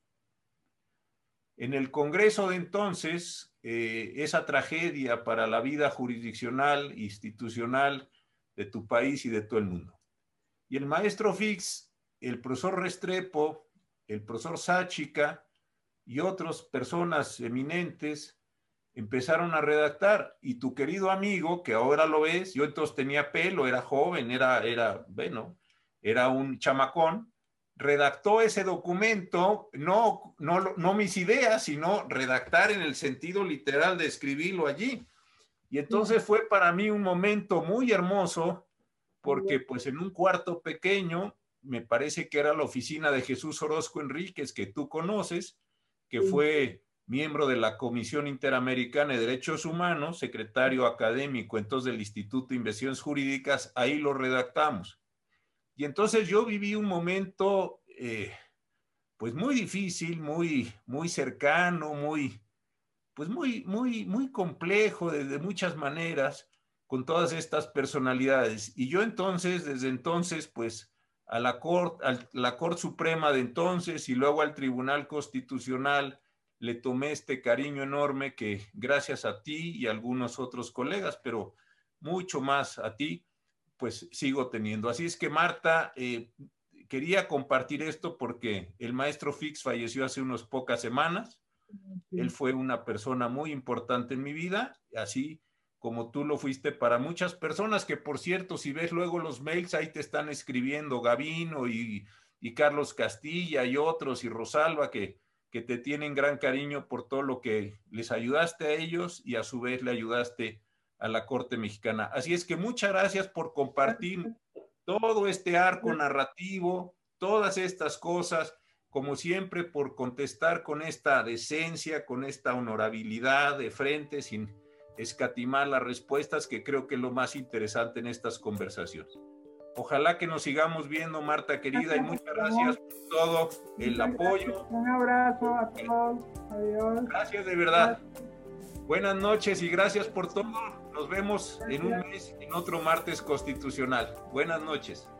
en el Congreso de entonces eh, esa tragedia para la vida jurisdiccional, institucional de tu país y de todo el mundo. Y el maestro Fix, el profesor Restrepo, el profesor Sáchica y otras personas eminentes empezaron a redactar, y tu querido amigo, que ahora lo ves, yo entonces tenía pelo, era joven, era, era, bueno, era un chamacón, redactó ese documento, no, no, no mis ideas, sino redactar en el sentido literal de escribirlo allí. Y entonces fue para mí un momento muy hermoso, porque pues en un cuarto pequeño, me parece que era la oficina de Jesús Orozco Enríquez, que tú conoces, que fue miembro de la Comisión Interamericana de Derechos Humanos, secretario académico entonces del Instituto de Investigaciones Jurídicas, ahí lo redactamos. Y entonces yo viví un momento eh, pues muy difícil, muy, muy cercano, muy, pues muy, muy, muy complejo de, de muchas maneras, con todas estas personalidades. Y yo entonces, desde entonces, pues a la Corte, a la Corte Suprema de entonces y luego al Tribunal Constitucional, le tomé este cariño enorme que gracias a ti y a algunos otros colegas, pero mucho más a ti, pues sigo teniendo. Así es que Marta, eh, quería compartir esto porque el maestro Fix falleció hace unas pocas semanas. Sí. Él fue una persona muy importante en mi vida, así como tú lo fuiste para muchas personas que, por cierto, si ves luego los mails, ahí te están escribiendo Gavino y, y Carlos Castilla y otros y Rosalba que que te tienen gran cariño por todo lo que les ayudaste a ellos y a su vez le ayudaste a la Corte Mexicana. Así es que muchas gracias por compartir todo este arco narrativo, todas estas cosas, como siempre por contestar con esta decencia, con esta honorabilidad de frente, sin escatimar las respuestas, que creo que es lo más interesante en estas conversaciones. Ojalá que nos sigamos viendo, Marta querida, y muchas gracias por todo el apoyo. Un abrazo a todos. Adiós. Gracias de verdad. Buenas noches y gracias por todo. Nos vemos en un mes en otro martes constitucional. Buenas noches.